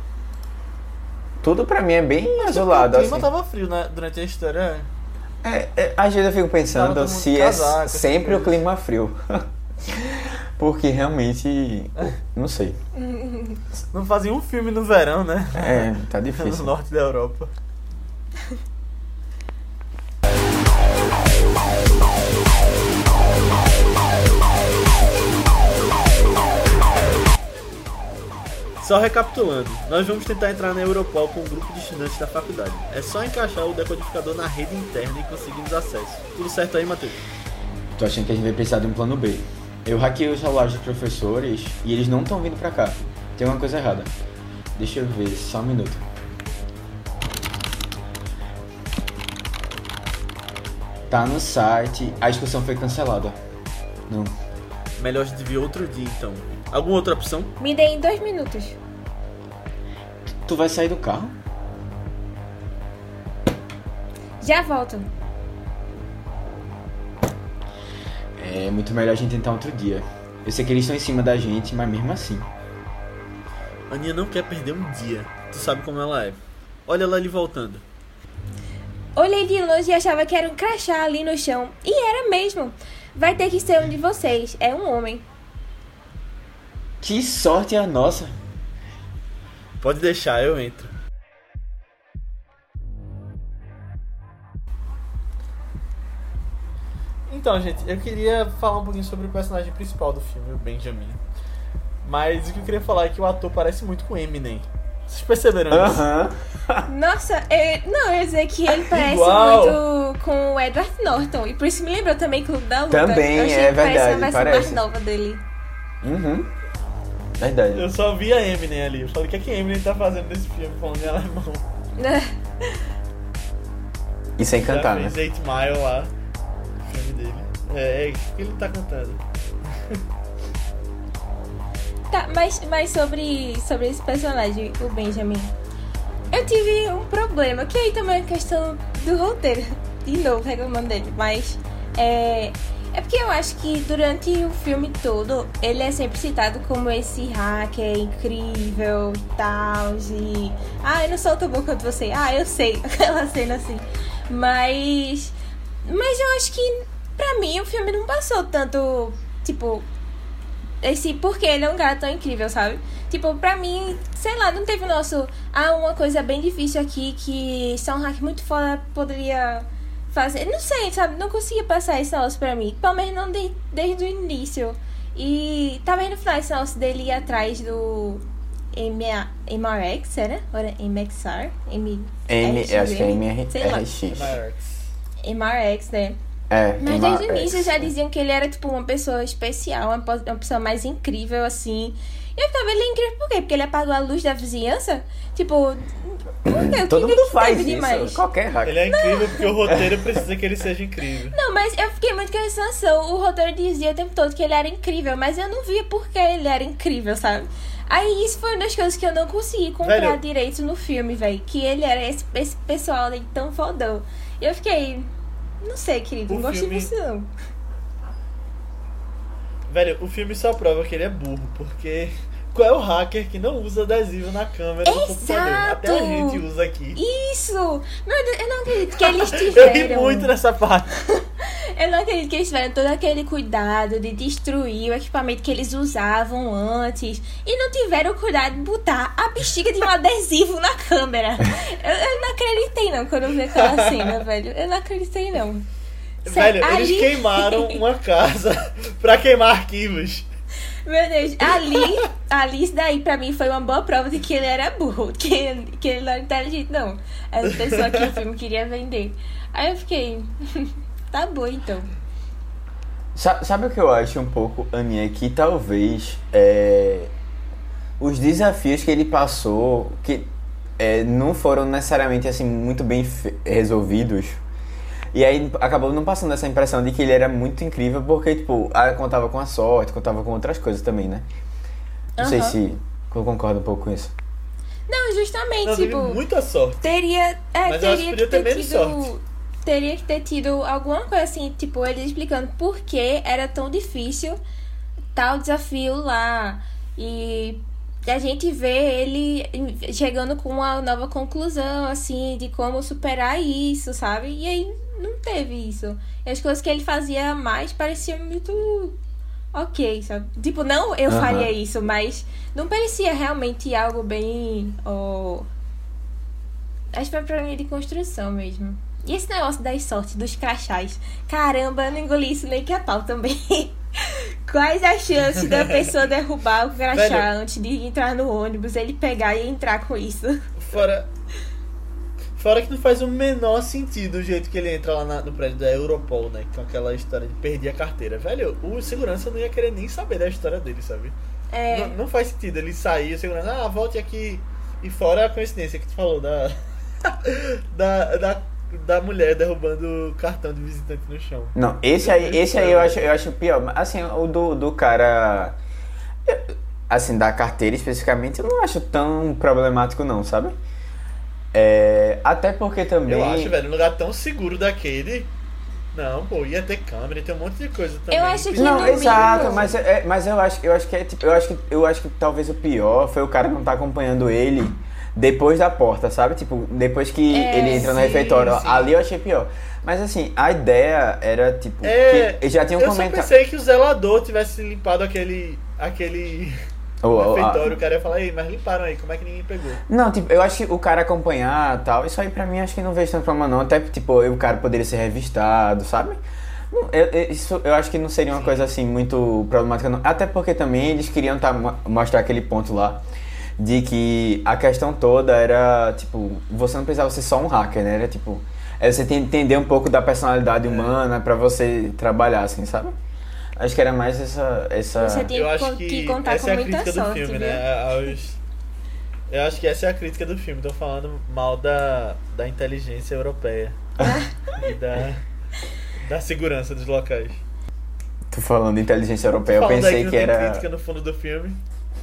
Tudo pra mim é bem Mas azulado, o clima assim. tava frio, né? Durante a história. É, é, às vezes eu fico Tava pensando todo mundo se de casaco, é essas sempre o coisas. clima frio. Porque realmente, não sei. Não fazia um filme no verão, né? É, tá No difícil. norte da Europa. Só recapitulando, nós vamos tentar entrar na Europol com um grupo de estudantes da faculdade. É só encaixar o decodificador na rede interna e conseguimos acesso. Tudo certo aí, Matheus? Tô achando que a gente vai precisar de um plano B. Eu hackei os celulares dos professores e eles não estão vindo pra cá. Tem uma coisa errada. Deixa eu ver, só um minuto. Tá no site, a excursão foi cancelada. Não. Melhor a gente vir outro dia, então. Alguma outra opção? Me dê em dois minutos. Tu vai sair do carro? Já volto. É muito melhor a gente tentar outro dia. Eu sei que eles estão em cima da gente, mas mesmo assim. A Aninha não quer perder um dia. Tu sabe como ela é. Olha ela ali voltando. Olhei de longe e achava que era um crachá ali no chão. E era mesmo. Vai ter que ser um de vocês. É um homem. Que sorte é a nossa. Pode deixar, eu entro. Então, gente, eu queria falar um pouquinho sobre o personagem principal do filme, o Benjamin. Mas o que eu queria falar é que o ator parece muito com Eminem. Vocês perceberam isso? Aham. Nossa, é, não, eu ia dizer que ele parece Igual. muito com o Edward Norton. E por isso me lembrou também Clube da Luta. Também, eu achei é que parece verdade, a versão parece. mais nova dele. Uhum. Verdade. Eu só vi a Eminem ali. Eu falei, o que é que Eminem tá fazendo nesse filme falando em alemão? E sem cantar, Já né? fez eight Mile lá. O filme dele. É, é o que ele tá cantando. Tá, mas, mas sobre, sobre esse personagem, o Benjamin, eu tive um problema, que aí também é questão do roteiro. De novo, reclamando dele, mas é, É porque eu acho que durante o filme todo, ele é sempre citado como esse hacker incrível e tal, e... Ah, eu não sou tão bom quanto você. Ah, eu sei, aquela cena assim. Mas... Mas eu acho que, pra mim, o filme não passou tanto, tipo... Esse porque ele é um cara tão incrível, sabe? Tipo, pra mim, sei lá, não teve o nosso... Ah, uma coisa bem difícil aqui que só um hacker muito foda poderia... fazer, não sei, sabe, não conseguia passar esse negócio pra mim, pelo menos não de, desde o início. E tava no final esse negócio dele ir atrás do M R X, era? Ou era M X R? M... M, eu acho que é M R X. M R X, né? É, mas desde o início já diziam que ele era, tipo, uma pessoa especial, uma, uma pessoa mais incrível, assim. E eu ficava, ele é incrível por quê? Porque ele apagou a luz da vizinhança? Tipo... Por quê? Todo que mundo que faz teve isso, demais? qualquer hacker. Ele é incrível não. Porque o roteiro precisa que ele seja incrível. Não, mas eu fiquei muito com essa sensação. O roteiro dizia o tempo todo que ele era incrível, mas eu não via por que ele era incrível, sabe? Aí isso foi uma das coisas que eu não consegui comprar velho. direito no filme, velho. Que ele era esse, esse pessoal ali tão fodão. E eu fiquei... Não sei, querido, o não gostei filme... disso não. Velho, o filme só prova que ele é burro, porque... Qual é o hacker que não usa adesivo na câmera do computador? Até a gente usa aqui. Isso! Meu Deus, eu não acredito que eles tiveram... Eu ri muito nessa parte. Eu não acredito que eles tiveram todo aquele cuidado de destruir o equipamento que eles usavam antes. E não tiveram o cuidado de botar a bexiga de um adesivo na câmera. Eu, eu não acreditei não quando eu vi aquela cena, velho. Eu não acreditei não. Velho, ali... eles queimaram uma casa pra queimar arquivos. Meu Deus, ali, ali isso daí pra mim foi uma boa prova de que ele era burro, que ele, que ele não era inteligente, não. Essa pessoa que o filme queria vender. Aí eu fiquei, tá bom então. Sabe o que eu acho um pouco, Aninha? Que talvez é, os desafios que ele passou, que é, não foram necessariamente assim muito bem resolvidos. E aí acabou não passando essa impressão de que ele era muito incrível, porque, tipo, ah, contava com a sorte, contava com outras coisas também, né? Não uhum. sei se eu concordo um pouco com isso. Não, justamente, não, tipo... muita sorte. Teria... É, mas teria eu acho que podia que ter ter menos tido, sorte. Teria que ter tido alguma coisa assim, tipo, ele explicando por que era tão difícil tal desafio lá. E... a gente vê ele chegando com uma nova conclusão, assim, de como superar isso, sabe? E aí não teve isso. E as coisas que ele fazia mais pareciam muito ok, sabe? Tipo, não eu uhum. faria isso, mas não parecia realmente algo bem... Oh... acho que foi pra mim de construção mesmo. E esse negócio das sortes, dos crachás. Caramba, eu não engoli isso nem que a pau também. Quais as chances da pessoa derrubar o crachá velho, antes de entrar no ônibus, ele pegar e entrar com isso? Fora, fora que não faz o menor sentido o jeito que ele entra lá na, no prédio da Europol, né? Com aquela história de perder a carteira. Velho, o segurança não ia querer nem saber da história dele, sabe? É. Não, não faz sentido ele sair, o segurança, ah, volte aqui. E fora a coincidência que tu falou da... da, da da mulher derrubando o cartão de visitante no chão. Não, esse aí, esse aí eu acho, eu acho pior. Assim, o do, do cara... Assim, da carteira especificamente, eu não acho tão problemático não, sabe? É, até porque também... Eu acho, velho, um lugar tão seguro daquele... Não, pô, ia ter câmera, ia ter um monte de coisa também. Eu acho que não, no exato, mínimo... mas, é, mas eu acho, eu acho que é tipo, eu acho que eu acho que talvez o pior foi o cara não estar tá acompanhando ele depois da porta, sabe? Tipo, depois que é, ele entra no sim, refeitório, sim. Ali eu achei pior. Mas assim, a ideia era tipo, é, que já tinha um eu comentário. Eu só pensei que o zelador tivesse limpado aquele aquele oh, refeitório, oh, o cara ia falar, ei, mas limparam aí, como é que ninguém pegou? Não, tipo, eu acho que o cara acompanhar tal, isso aí pra mim acho que não vejo tanto problema não, até tipo, o cara poderia ser revistado, sabe? Eu, eu, isso eu acho que não seria uma Sim. coisa assim muito problemática não. Até porque também eles queriam tá, mostrar aquele ponto lá de que a questão toda era, tipo, você não precisava ser só um hacker, né? Era tipo, é você entender um pouco da personalidade é. humana pra você trabalhar, assim, sabe? Acho que era mais essa... essa... Você tem eu acho que, que contar essa com é a muita crítica sorte, do filme, viu? né? Aos... Eu acho que essa é a crítica do filme. Tô falando mal da, da inteligência europeia e da, da segurança dos locais. Tô falando de inteligência europeia, eu pensei que, que tem era... crítica no fundo do filme.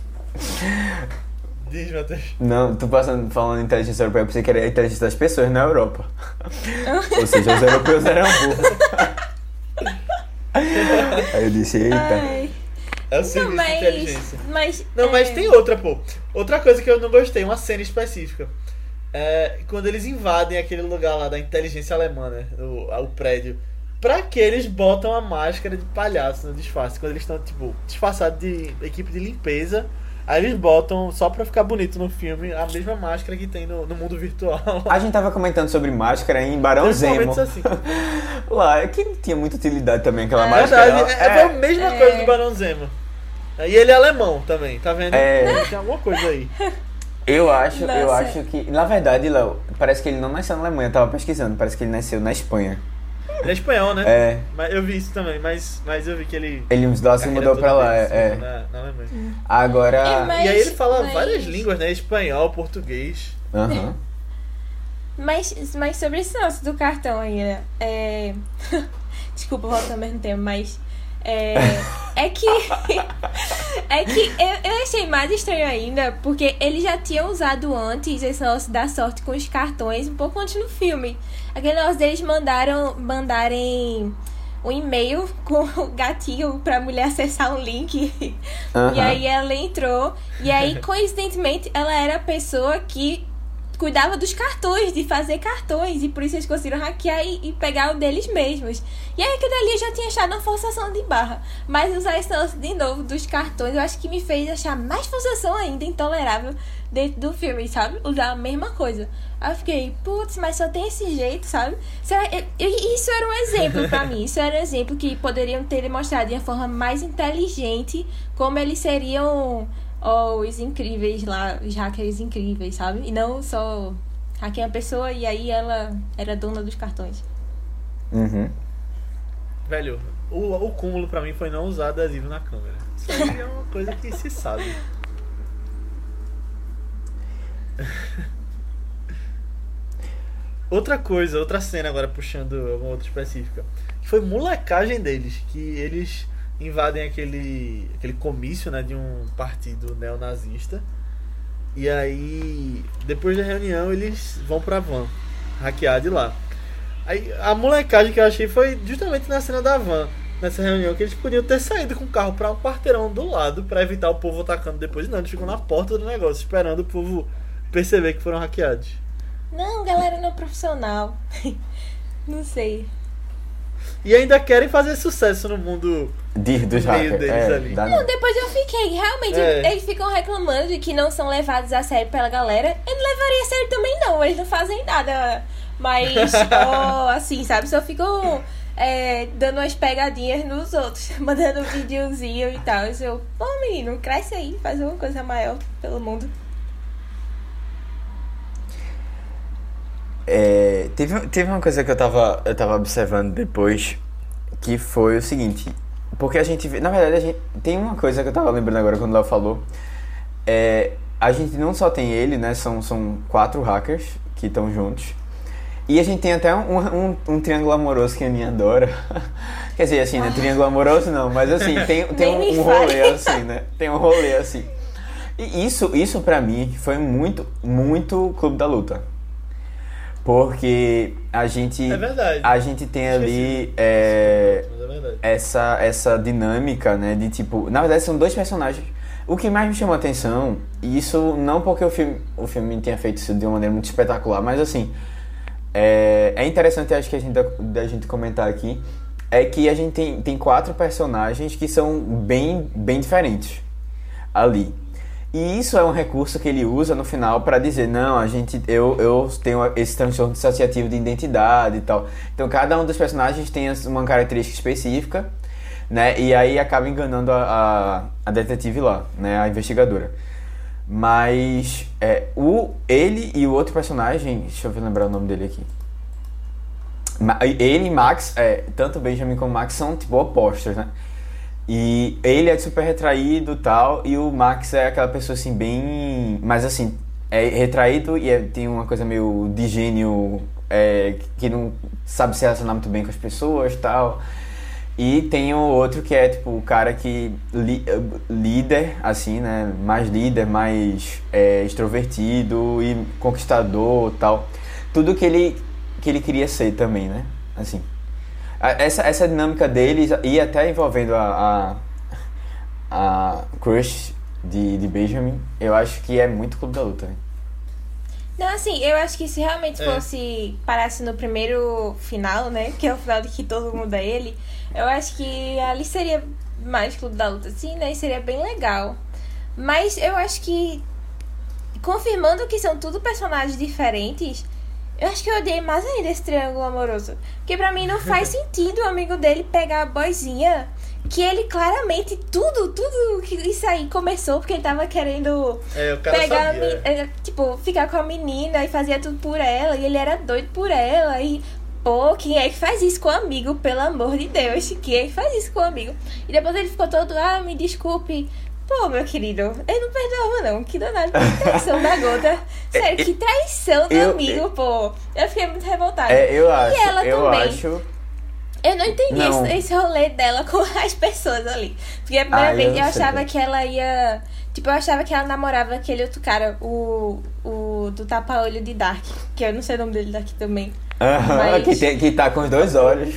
Diz, Matheus. Não, tô passando, falando de inteligência europeia, eu pensei que era a inteligência das pessoas na Europa. Ou seja, os europeus eram burros. Aí eu disse, eita. Ai. É o Não, serviço de mas. inteligência. Mas. Não, mas é, tem outra, pô. Outra coisa que eu não gostei, uma cena específica. É quando eles invadem aquele lugar lá da inteligência alemã, né? O, o prédio. Pra que eles botam a máscara de palhaço no disfarce? Quando eles estão, tipo, disfarçados de equipe de limpeza. Aí eles botam, só pra ficar bonito no filme, a mesma máscara que tem no, no mundo virtual. A gente tava comentando sobre máscara em Barão Tem Zemo. momentos assim. Lá, é que não tinha muita utilidade também aquela É máscara. Verdade, é, é a mesma É. coisa do Barão Zemo. E ele é alemão também, tá vendo? É. Tem alguma coisa aí. Eu acho, eu Nossa. acho que, na verdade, Léo, parece que ele não nasceu na Alemanha, eu tava pesquisando, parece que ele nasceu na Espanha. Ele é espanhol, né? É, Mas eu vi isso também, mas, mas eu vi que ele. ele lá se carreira mudou toda pra lá, dele se é. mudou Na, na Alemanha. Agora. É, mas- E aí ele fala mas- várias línguas, né? Espanhol, português. Aham. Mas, mas sobre esse lance do cartão aí, né? É... Desculpa, voltar ao mesmo tempo, mas. É, é que. É que eu, eu achei mais estranho ainda, porque eles já tinham usado antes esse negócio da sorte com os cartões um pouco antes no filme. Aquele negócio deles mandaram, mandarem um e-mail com o gatinho pra mulher acessar um link. Aham. E aí ela entrou. E aí, coincidentemente, ela era a pessoa que cuidava dos cartões, de fazer cartões. E por isso eles conseguiram hackear e, e pegar o deles mesmos. E aí aquilo ali eu já tinha achado uma forçação de barra. Mas usar esse lance de novo dos cartões, eu acho que me fez achar mais forçação ainda, intolerável, dentro do filme, sabe? Usar a mesma coisa. Aí eu fiquei, putz, mas só tem esse jeito, sabe? Será- eu- eu- Isso era um exemplo pra mim. Isso era um exemplo que poderiam ter demonstrado de uma forma mais inteligente como eles seriam ó, os incríveis lá, os hackers incríveis, sabe? E não só hackeiam a pessoa e aí ela era dona dos cartões. Uhum. Velho, o, o cúmulo pra mim foi não usar adesivo na câmera. Isso aí é uma coisa que se sabe. Outra coisa, outra cena agora puxando uma outra específica, que foi molecagem deles, que eles invadem aquele, aquele comício, né, de um partido neonazista. E aí, depois da reunião, eles vão pra van, hackear de lá. Aí, a molecagem que eu achei foi justamente na cena da van, nessa reunião, que eles podiam ter saído com o carro pra um quarteirão do lado pra evitar o povo atacando depois. Não, eles ficam na porta do negócio, esperando o povo perceber que foram hackeados. Não, galera, não é profissional. Não sei. E ainda querem fazer sucesso no mundo. De, dos No meio hackers. deles É, ali. dá Não, não. depois eu fiquei. Realmente, É. eles ficam reclamando de que não são levados a sério pela galera. Eu não levaria a sério também, não. Eles não fazem nada. Mas, ó, assim, sabe? Só ficam é, dando umas pegadinhas nos outros. Mandando um videozinho e tal. Eu, pô, menino, cresce aí. Faz uma coisa maior pelo mundo. É, teve, teve uma coisa que eu tava, eu tava observando depois, que foi o seguinte, porque a gente vê, na verdade a gente, tem uma coisa que eu tava lembrando agora quando o Léo falou, é, a gente não só tem ele, né, são, são quatro hackers que estão juntos, e a gente tem até um, um, um triângulo amoroso que a Aninha adora, quer dizer, assim, né, triângulo amoroso não, mas assim, tem, tem Nem um, me um fale. rolê assim, né, tem um rolê assim, e isso, isso pra mim foi muito, muito Clube da Luta. Porque a gente, É verdade. a gente tem ali Esqueci. é, Mas é verdade. essa, essa dinâmica, né, de tipo... Na verdade, são dois personagens. O que mais me chamou a atenção, e isso não porque o filme, o filme tenha feito isso de uma maneira muito espetacular, mas assim, é, é interessante, acho que a gente, da, da gente comentar aqui, é que a gente tem, tem quatro personagens que são bem, bem diferentes ali. E isso é um recurso que ele usa no final para dizer, não, a gente, eu, eu tenho esse transtorno dissociativo de identidade e tal. Então cada um dos personagens tem uma característica específica, né? E aí acaba enganando a, a, a detetive lá, né? A investigadora. Mas é, o, ele e o outro personagem, deixa eu ver, lembrar o nome dele aqui. Ma- Ele e Max, é, tanto Benjamin como Max são tipo opostos, né? E ele é super retraído e tal, e o Max é aquela pessoa assim, bem... Mas assim, é retraído e é, tem uma coisa meio de gênio, é, que não sabe se relacionar muito bem com as pessoas e tal. E tem o outro que é tipo o cara que... Li, líder, assim, né? Mais líder, mais é, extrovertido e conquistador e tal. Tudo que ele, que ele queria ser também, né? Assim... A- Essa, essa dinâmica deles, e até envolvendo a, a, a crush de, de Benjamin, eu acho que é muito Clube da Luta, né? Não, assim, eu acho que se realmente É. fosse, parasse no primeiro final, né? Que é o final de que todo mundo é ele, eu acho que ali seria mais Clube da Luta, sim, né? E seria bem legal. Mas eu acho que, confirmando que são tudo personagens diferentes, eu acho que eu odiei mais ainda esse triângulo amoroso. Porque pra mim não faz sentido o amigo dele pegar a boizinha, que ele claramente, tudo, tudo que isso aí começou porque ele tava querendo É, o cara pegar a sabia. meni- é, tipo, ficar com a menina e fazia tudo por ela, e ele era doido por ela, e pô, quem é que faz isso com o amigo? Pelo amor de Deus, quem é que faz isso com o amigo? E depois ele ficou todo, ah, me desculpe. Pô, meu querido, ele não perdoava não, que danado, que traição da gota. Sério, que traição do Eu- amigo, pô. Eu fiquei muito revoltada. É, eu acho, E ela eu também. acho... Eu não entendi Não. esse, esse rolê dela com as pessoas ali. Porque a primeira Ah, eu vez não eu sei achava também. que ela ia. Tipo, eu achava que ela namorava aquele outro cara, o. O do tapa-olho de Dark. Que eu não sei o nome dele daqui também. Aham, Mas- que, tem- que tá com os dois olhos.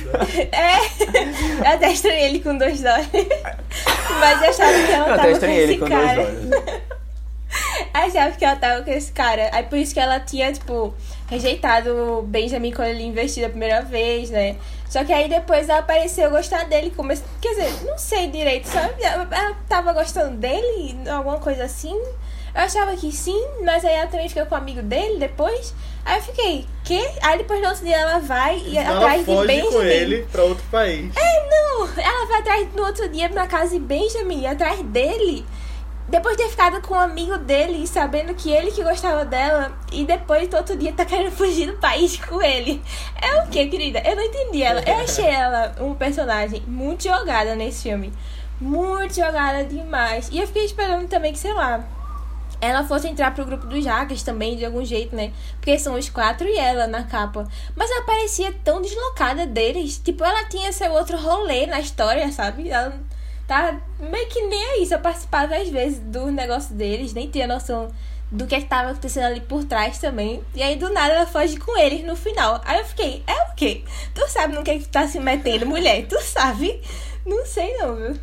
É! Eu até estranhei ele com dois olhos. Mas eu achava que ela Eu tava até com estranhei esse ele com cara. dois olhos. Achava que ela tava com esse cara. Aí por isso que ela tinha, tipo, rejeitado o Benjamin quando ele investiu a primeira vez, né? Só que aí depois ela pareceu gostar dele. Come... Quer dizer, não sei direito, sabe? Ela ela tava gostando dele, alguma coisa assim. Eu achava que sim, mas aí ela também fica com o amigo dele depois. Aí eu fiquei, quê? Aí depois no outro dia ela vai e Ela atrás de foge Benjamin. com ele pra outro país. Não, ela vai atrás no outro dia na casa de Benjamin, atrás dele. Depois de ter ficado com um amigo dele, sabendo que ele que gostava dela, e depois do outro dia tá querendo fugir do país com ele. É o que, querida? Eu não entendi ela. Eu achei ela um personagem muito jogada nesse filme. Muito jogada demais. E eu fiquei esperando também que, sei lá, ela fosse entrar pro grupo dos Jackers também, de algum jeito, né? Porque são os quatro e ela na capa. Mas ela parecia tão deslocada deles. Tipo, ela tinha seu outro rolê na história, sabe? Ela tá meio que nem aí. Só participava às vezes do negócio deles. Nem tinha noção do que estava acontecendo ali por trás também. E aí, do nada, ela foge com eles no final. Aí eu fiquei, é o quê? Tu sabe no que é que tu tá se metendo, mulher? Tu sabe? Não sei não, viu?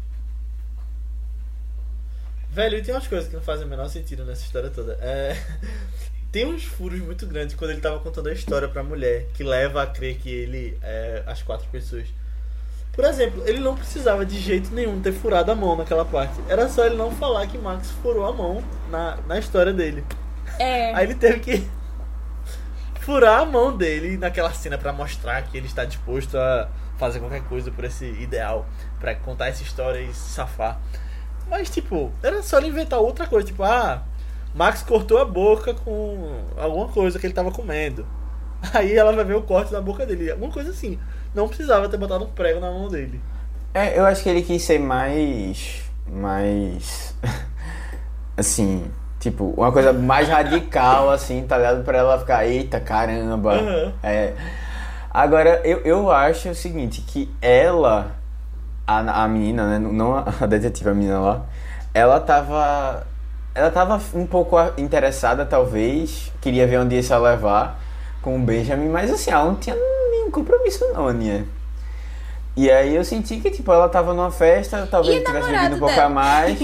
Velho, e tem umas coisas que não fazem o menor sentido nessa história toda. É... Tem uns furos muito grandes quando ele tava contando a história pra mulher, que leva a crer que ele é as quatro pessoas. Por exemplo, ele não precisava de jeito nenhum ter furado a mão naquela parte. Era só ele não falar que Max furou a mão na, na história dele. É. Aí ele teve que furar a mão dele naquela cena pra mostrar que ele está disposto a fazer qualquer coisa por esse ideal, pra contar essa história e se safar. Mas, tipo, era só ele inventar outra coisa. Tipo, ah, Max cortou a boca com alguma coisa que ele tava comendo. Aí ela vai ver o corte na boca dele. Alguma coisa assim. Não precisava ter botado um prego na mão dele. É, eu acho que ele quis ser mais... Mais... assim... Tipo, uma coisa mais radical, assim, tá ligado? Pra ela ficar, eita, caramba. Uhum. É. Agora, eu, eu acho o seguinte, que ela... A, a menina, né? Não a, a detetive, a menina lá. Ela tava... Ela tava um pouco interessada, talvez. Queria ver onde isso ia levar com o Benjamin. Mas, assim, ela não tinha nenhum compromisso, não, Aninha. E aí eu senti que, tipo, ela tava numa festa. Talvez E o ele tivesse namorado bebido um pouco dela? a mais.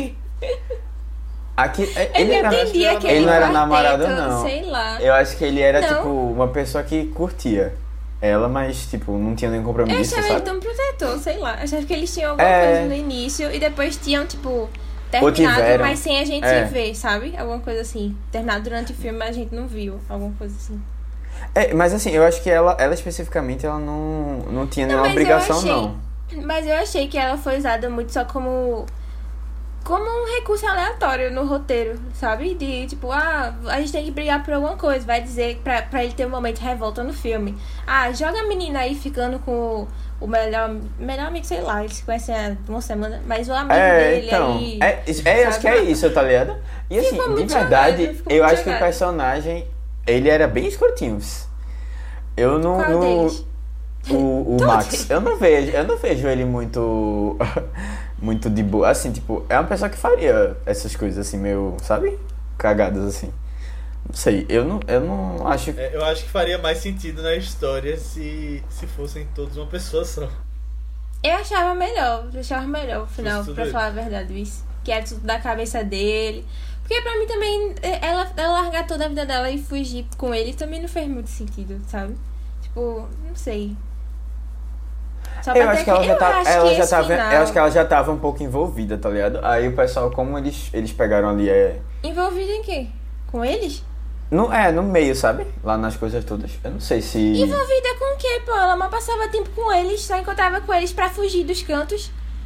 Aqui, Eu ele não era... entendi ele aquele não era quarteto, namorado, não. sei lá. Eu acho que ele era, Não. tipo, uma pessoa que curtia ela, mas, tipo, não tinha nenhum Eu compromisso, achava ele sabe? tão protetor, sei lá. Eu achava que eles tinham alguma É. coisa no início e depois tinham, tipo, terminado, tiveram. mas sem a gente É. ver, sabe? Alguma coisa assim. Terminado durante o filme, mas a gente não viu. Alguma coisa assim. É, mas assim, eu acho que ela, ela especificamente, ela não, não tinha Não, nenhuma mas eu obrigação, achei- não. Mas eu achei que ela foi usada muito só como como um recurso aleatório no roteiro, sabe? De tipo, ah, a gente tem que brigar por alguma coisa. Vai dizer pra, pra ele ter um momento de revolta no filme. Ah, joga a menina aí ficando com o melhor, melhor amigo, sei lá, eles se conhecem há uma semana, mas o amigo É, dele então. aí. É, é, acho que é sabe? isso, tá ligado? E assim, Ficou de muito verdade, jogado, ficou eu muito acho que o jogado. personagem, ele era bem escrotinho. Eu não. Qual não deles? o o Todos. Max, eu não vejo, eu não vejo ele muito. muito de boa. Assim, tipo, é uma pessoa que faria essas coisas assim, meio, sabe? Cagadas assim. Não sei, eu não, eu não acho... É, eu acho que faria mais sentido na história se, se fossem todos uma pessoa só. Eu achava melhor, eu achava melhor o final, Tudo pra ele. falar a verdade, isso. Que era tudo da cabeça dele. Porque pra mim também, ela, ela largar toda a vida dela e fugir com ele também não fez muito sentido, sabe? Tipo, não sei. Só Eu pra acho ter que ela já eu tá, acho ela que já esse tava, final- eu acho que ela já tava um pouco envolvida, tá ligado? Aí o pessoal, como eles, eles pegaram ali, é... Envolvido em quê? Com eles? No, é, no meio, sabe? Lá nas coisas todas. Eu não sei se... Envolvida com o quê, pô? Ela mal passava tempo com eles, só encontrava com eles pra fugir dos cantos.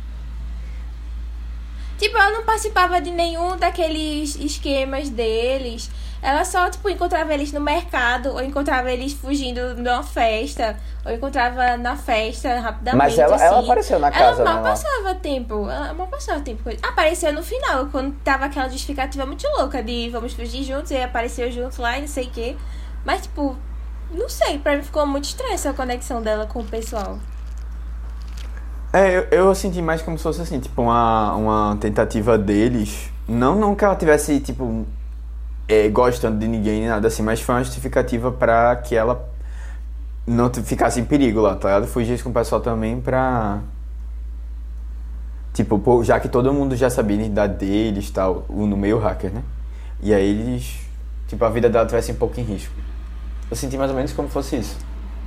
Tipo, ela não participava de nenhum daqueles esquemas deles. Ela só, tipo, encontrava eles no mercado, ou encontrava eles fugindo de uma festa, ou encontrava na festa rapidamente. Mas ela, assim. ela apareceu na casa, Ela né? mal lá. passava tempo. Ela mal passava tempo com ele. Apareceu no final, quando tava aquela justificativa muito louca de vamos fugir juntos, e apareceu juntos lá e não sei o quê. Mas, tipo, não sei, pra mim ficou muito estranha essa conexão dela com o pessoal. É, eu, eu senti mais como se fosse assim, tipo, uma, uma tentativa deles. Não, não que ela tivesse, tipo, é, gostando de ninguém nem nada assim, mas foi uma justificativa pra que ela não t- ficasse em perigo lá, tá ligado? Fugisse com o pessoal também pra... Tipo, pô, já que todo mundo já sabia a identidade deles e tal, o- no meio hacker, né? E aí eles... Tipo, a vida dela tivesse um pouco em risco. Eu senti mais ou menos como fosse isso.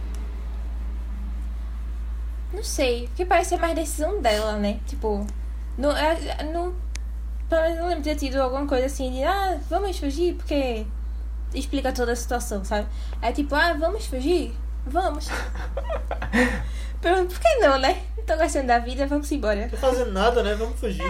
Não sei, porque parece ser mais decisão dela, né? Tipo, não, é- não, pelo menos não lembro de ter tido alguma coisa assim de, ah, vamos fugir, porque explica toda a situação, sabe? Aí tipo, ah, vamos fugir? Vamos. Por, por que não, né? Não tô gostando da vida, vamos embora. Não tô fazendo nada, né? Vamos fugir.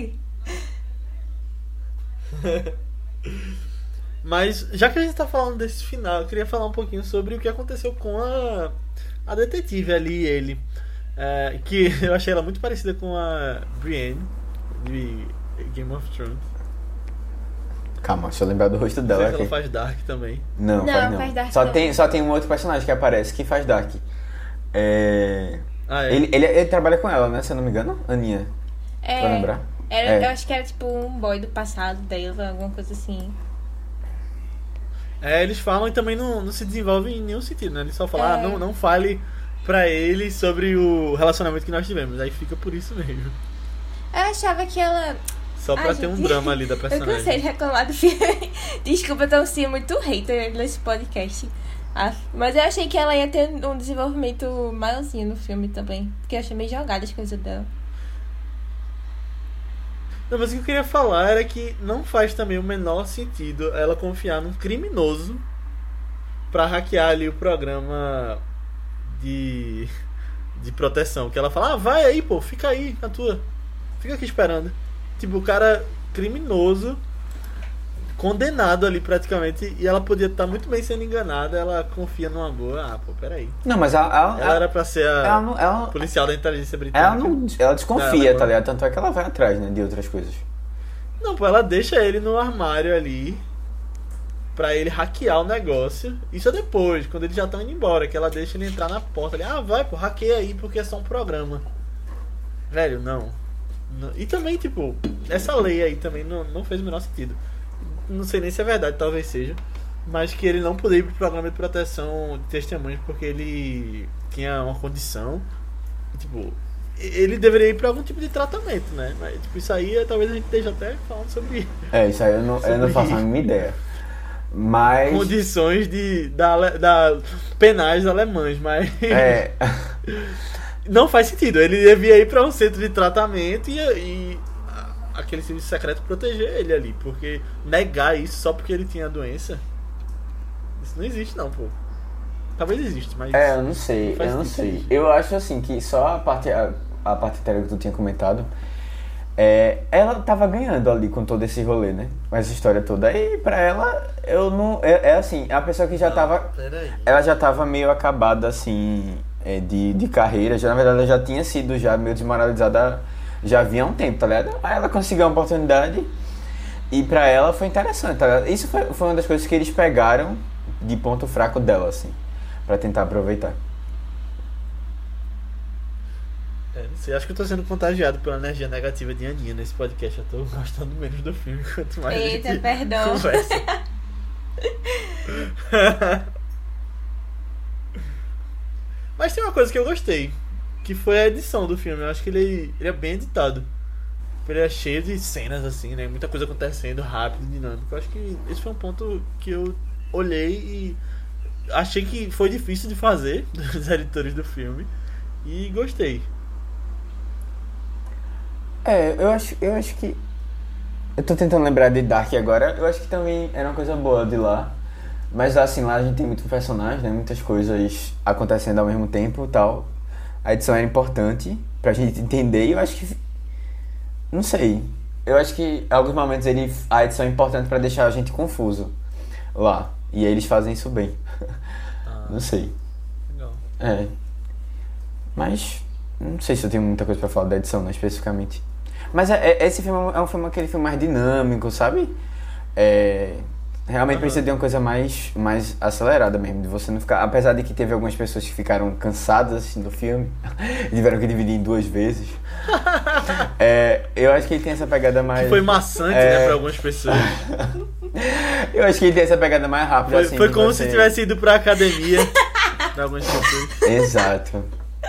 É. Mas, já que a gente tá falando desse final, eu queria falar um pouquinho sobre o que aconteceu com a, a detetive ali, ele. É, que eu achei ela muito parecida com a Brienne, de Game of Thrones. Calma, deixa eu lembrar do rosto Não dela sei se aqui. ela faz Dark também. Não, Não, faz não. faz Dark só, não. tem, só tem um outro personagem que aparece que faz Dark. É... Ah, é? Ele, ele, ele trabalha com ela, né? Se eu não me engano, Aninha. É, Pra lembrar? era, É. Eu acho que era tipo um boy do passado dela, alguma coisa assim. É, eles falam e também não, não se desenvolve em nenhum sentido, né? Eles só falam, É. ah, não, não fale pra ele sobre o relacionamento que nós tivemos. Aí fica por isso mesmo. Eu achava que ela... Só pra Ai, ter um gente, drama ali da Eu cansei personagem. de reclamar do filme. Desculpa, eu tô sendo muito hater nesse podcast. Ah, mas eu achei que ela ia ter um desenvolvimento maiorzinho no filme também. Porque eu achei meio jogada as coisas dela. Não, mas o que eu queria falar era que não faz também o menor sentido ela confiar num criminoso pra hackear ali o programa de, de proteção. Que ela fala, ah, vai aí, pô, fica aí na tua. Fica aqui esperando. Tipo, o cara criminoso, condenado ali praticamente, e ela podia estar muito bem sendo enganada, ela confia numa boa. Ah, pô, peraí. Não, mas ela... Ela, Ela era pra ser a ela não... Ela, policial da inteligência britânica. ela, não, ela desconfia, Ela- tá ligado? Tanto é que ela vai atrás, né? De outras coisas. Não, pô, ela deixa ele no armário ali pra ele hackear o negócio. Isso é depois, quando eles já estão indo embora, que ela deixa ele entrar na porta ali. Ah, vai, pô, hackeia aí porque é só um programa. Velho, não. Não. E também, tipo, essa lei aí também não, não fez o menor sentido. Não sei nem se é verdade, talvez seja. Mas que ele não podia ir pro programa de proteção de testemunhas porque ele tinha uma condição. E, tipo, ele deveria ir pra algum tipo de tratamento, né? Mas, tipo, isso aí talvez a gente esteja até falando sobre É, isso aí eu não, eu não Sobre- faço a mínima ideia. Mas... condições de, da, ale- da penais alemães, mas É... não faz sentido. Ele devia ir pra um centro de tratamento e, e a- aquele serviço secreto proteger ele ali, porque negar isso só porque ele tinha a doença, isso não existe não, pô. Talvez exista, mas É, eu não sei, faz eu não sentido. sei. Eu acho assim que só a parte, a, a parte inteira que tu tinha comentado, é, ela tava ganhando ali com todo esse rolê, né? Com essa história toda. E pra ela, eu não. É, é assim, é a pessoa que já Não, tava. peraí. Ela já tava meio acabada, assim, é, de, de carreira. Já, na verdade, ela já tinha sido já meio desmoralizada já havia um tempo, tá ligado? Aí ela conseguiu uma oportunidade e pra ela foi interessante, tá ligado? Isso foi, foi uma das coisas que eles pegaram de ponto fraco dela, assim, pra tentar aproveitar. É, não sei, acho que eu tô sendo contagiado pela energia negativa de Aninha nesse podcast. Eu tô gostando menos do filme, quanto mais a Eita, gente perdão. conversa. Mas tem uma coisa que eu gostei, que foi a edição do filme. Eu acho que ele, ele é bem editado. Ele é cheio de cenas, assim, né? Muita coisa acontecendo, rápido, dinâmico. Eu acho que esse foi um ponto que eu olhei e achei que foi difícil de fazer dos editores do filme. E gostei. É, eu acho, eu acho que... Eu tô tentando lembrar de Dark agora. Eu acho que também era uma coisa boa de lá. Mas assim, lá a gente tem muitos personagens, né? Muitas coisas acontecendo ao mesmo tempo e tal. A edição era importante pra gente entender e eu acho que... Não sei. Eu acho que em alguns momentos ele, a edição é importante pra deixar a gente confuso lá. E eles fazem isso bem. Ah, não sei. Legal. É. Mas não sei se eu tenho muita coisa pra falar da edição, né, especificamente. Mas é, é, esse filme é um filme, aquele filme mais dinâmico, sabe? É, realmente uhum. Precisa de uma coisa mais, mais acelerada mesmo, de você não ficar... Apesar de que teve algumas pessoas que ficaram cansadas assistindo o filme e tiveram que dividir em duas vezes. É, eu acho que ele tem essa pegada mais... Que foi maçante, é... né, pra algumas pessoas. Eu acho que ele tem essa pegada mais rápida. Foi, assim, foi como você... se tivesse ido pra academia pra algumas pessoas. Exato.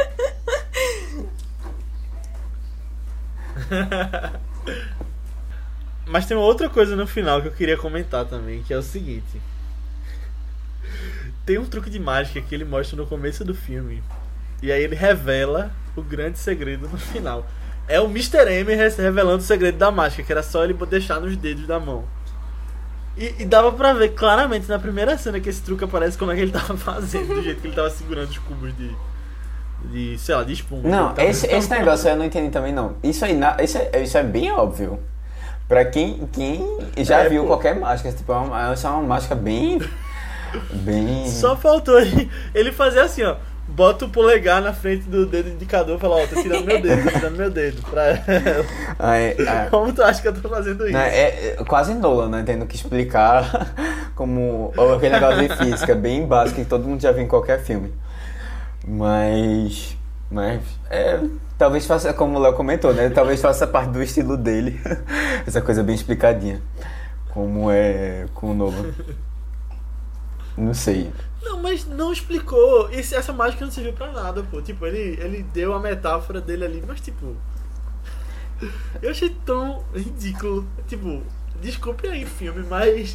Mas tem uma outra coisa no final que eu queria comentar também, que é o seguinte. Tem um truque de mágica que ele mostra no começo do filme. E aí ele revela o grande segredo no final. É o mister M revelando o segredo da mágica, que era só ele deixar nos dedos da mão. E, e dava pra ver claramente na primeira cena que esse truque aparece como é que ele tava fazendo, do jeito que ele tava segurando os cubos de... de, sei lá, de espuma. Não, esse, esse negócio eu não entendi também não. Isso aí, isso é, isso é bem óbvio. Pra quem, quem já é, viu pô. qualquer mágica, tipo, é uma, é uma mágica bem... bem... Só faltou ele, ele fazer assim, ó. Bota o polegar na frente do dedo indicador e fala, ó, tô tirando meu dedo, tô tirando meu dedo. Pra ela. Ai, ai. Como tu acha que eu tô fazendo isso? Não, é, é quase Nolan, né? Tendo que explicar como... Ou aquele negócio de física, bem básico, que todo mundo já viu em qualquer filme. Mas... Mas... É... Talvez faça, como o Léo comentou, né? Talvez faça parte do estilo dele. Essa coisa bem explicadinha. Como é com o Nolan. Não sei. Não, mas não explicou. Esse, essa mágica não serviu pra nada, pô. Tipo, ele, ele deu a metáfora dele ali, mas tipo... Eu achei tão ridículo. Tipo, desculpe aí, filme, mas...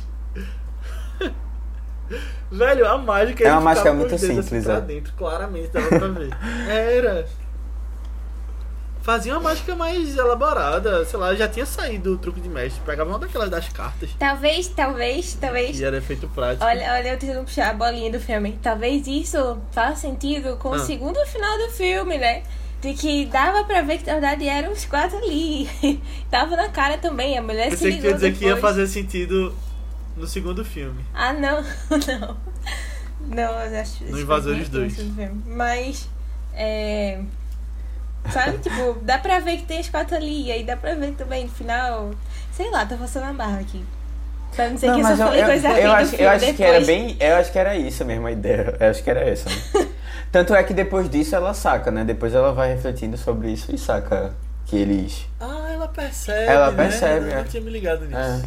Velho, a mágica... É uma mágica muito simples, assim, pra dentro, claramente, dava pra ver. Era... Fazia uma mágica mais elaborada, sei lá, já tinha saído o truque de mestre. Pegava uma daquelas das cartas. Talvez, talvez, talvez. E era efeito prático. Olha, olha, eu tentando puxar a bolinha do filme. Talvez isso faça sentido com ah. o segundo final do filme, né? De que dava pra ver que na verdade eram os quatro ali. Tava na cara também, a mulher Pensei se ligou que ia dizer depois. que ia fazer sentido no segundo filme. Ah, não, não. Não, eu acho... No Invasores dois. Mas, é... Sabe, tipo, dá pra ver que tem as quatro ali. E aí dá pra ver também no final. Sei lá, tô passando a barra aqui. Pra não ser que eu só falei eu, coisa eu, ruim eu do acho, filme eu acho depois. que era bem. Eu acho que era isso mesmo a ideia. Eu acho que era essa, né? Tanto é que depois disso ela saca, né? Depois ela vai refletindo sobre isso e saca que eles. Ah, ela percebe. Ela né? percebe. Eu é. não tinha me ligado nisso. É.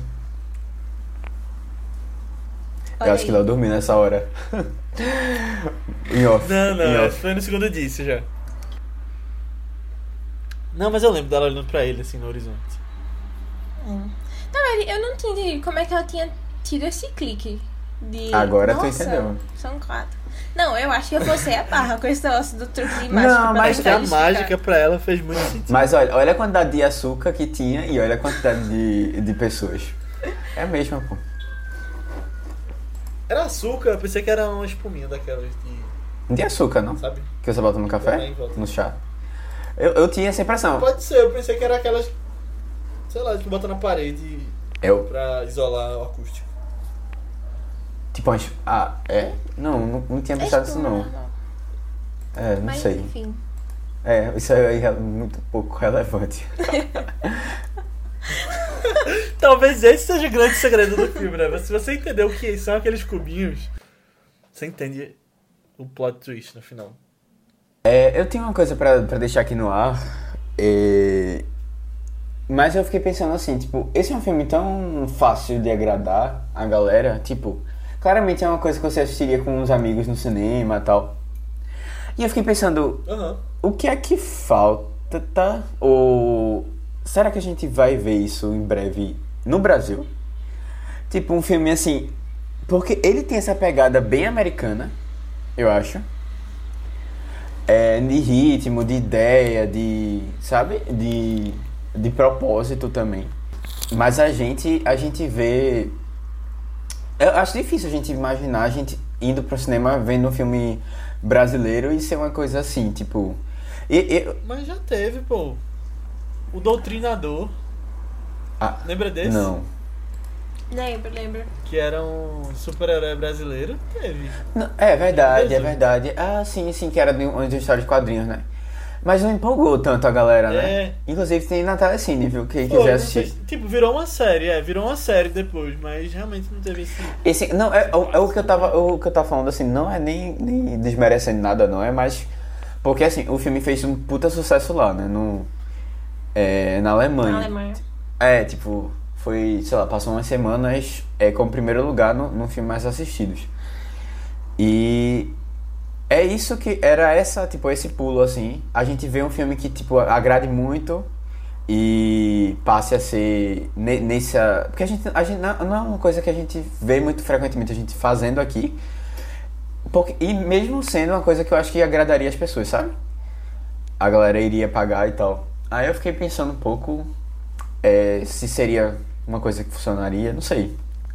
Olha eu acho aí. que ela dormiu nessa hora. Em off. Não, não, em essa off. foi no segundo disso já. Não, mas eu lembro dela olhando pra ele, assim, no horizonte. Hum. Não, eu não entendi como é que ela tinha tido esse clique. De... Agora tu Nossa, entendeu. São quatro. Não, eu acho que eu forcei a barra com esse negócio do truque de mágica. Não, pra mas Porque a justificar. mágica pra ela fez muito sentido. Mas olha, olha a quantidade de açúcar que tinha e olha a quantidade de, de pessoas. É a mesma, pô. Era açúcar, eu pensei que era uma espuminha daquelas de... Não tem açúcar, não? Sabe? Que você bota no café? Também, volta. No chá. Eu, eu tinha essa impressão. Pode ser, eu pensei que era aquelas... Sei lá, que bota na parede Eu... pra isolar o acústico. Tipo, umas... Ah, é? Não, não, não tinha pensado nisso, não. É, não Mas, sei. enfim. É, isso é muito pouco relevante. Talvez esse seja o grande segredo do filme, né? Se você entender o que são aqueles cubinhos, você entende o plot twist no final. É, eu tenho uma coisa pra, pra deixar aqui no ar. É... Mas eu fiquei pensando assim, tipo, esse é um filme tão fácil de agradar a galera. Tipo, Claramente é uma coisa que você assistiria com uns amigos no cinema e tal. E eu fiquei pensando, Aham. o que é que falta, tá? Ou será que a gente vai ver isso em breve no Brasil? Tipo, um filme assim... Porque ele tem essa pegada bem americana, eu acho. É, de ritmo, de ideia, de... Sabe? De, de propósito também. Mas a gente, a gente vê... Eu acho difícil a gente imaginar a gente indo pro cinema vendo um filme brasileiro e ser uma coisa assim, tipo... E, e... Mas já teve, pô. O Doutrinador. Ah, Lembra desse? não. Lembro, lembro. Que era um super-herói brasileiro. Teve. Não, é verdade, é Beleza. verdade. Ah, sim, sim, que era de uma história de quadrinhos, né? Mas não empolgou tanto a galera, né? É. Inclusive tem na Telecine, viu? Quem Foi, quiser não sei assistir. se- tipo, virou uma série, é. Virou uma série depois, mas realmente não teve esse... Esse, não, é, é o que eu tava, o que eu tava falando assim, não é nem, nem desmerecendo nada, não, é mais... Porque assim, o filme fez um puta sucesso lá, né? No, é, na Alemanha. Na Alemanha. É, tipo, foi, sei lá, passou umas semanas é, como primeiro lugar no, no filme mais assistidos. E é isso que era essa, tipo, esse pulo, assim. A gente vê um filme que, tipo, agrade muito e passe a ser ne- nessa... Porque a gente, a gente não, não é uma coisa que a gente vê muito frequentemente a gente fazendo aqui. Porque, e mesmo sendo uma coisa que eu acho que agradaria as pessoas, sabe? A galera iria pagar e tal. Aí eu fiquei pensando um pouco é, se seria uma coisa que funcionaria, não sei.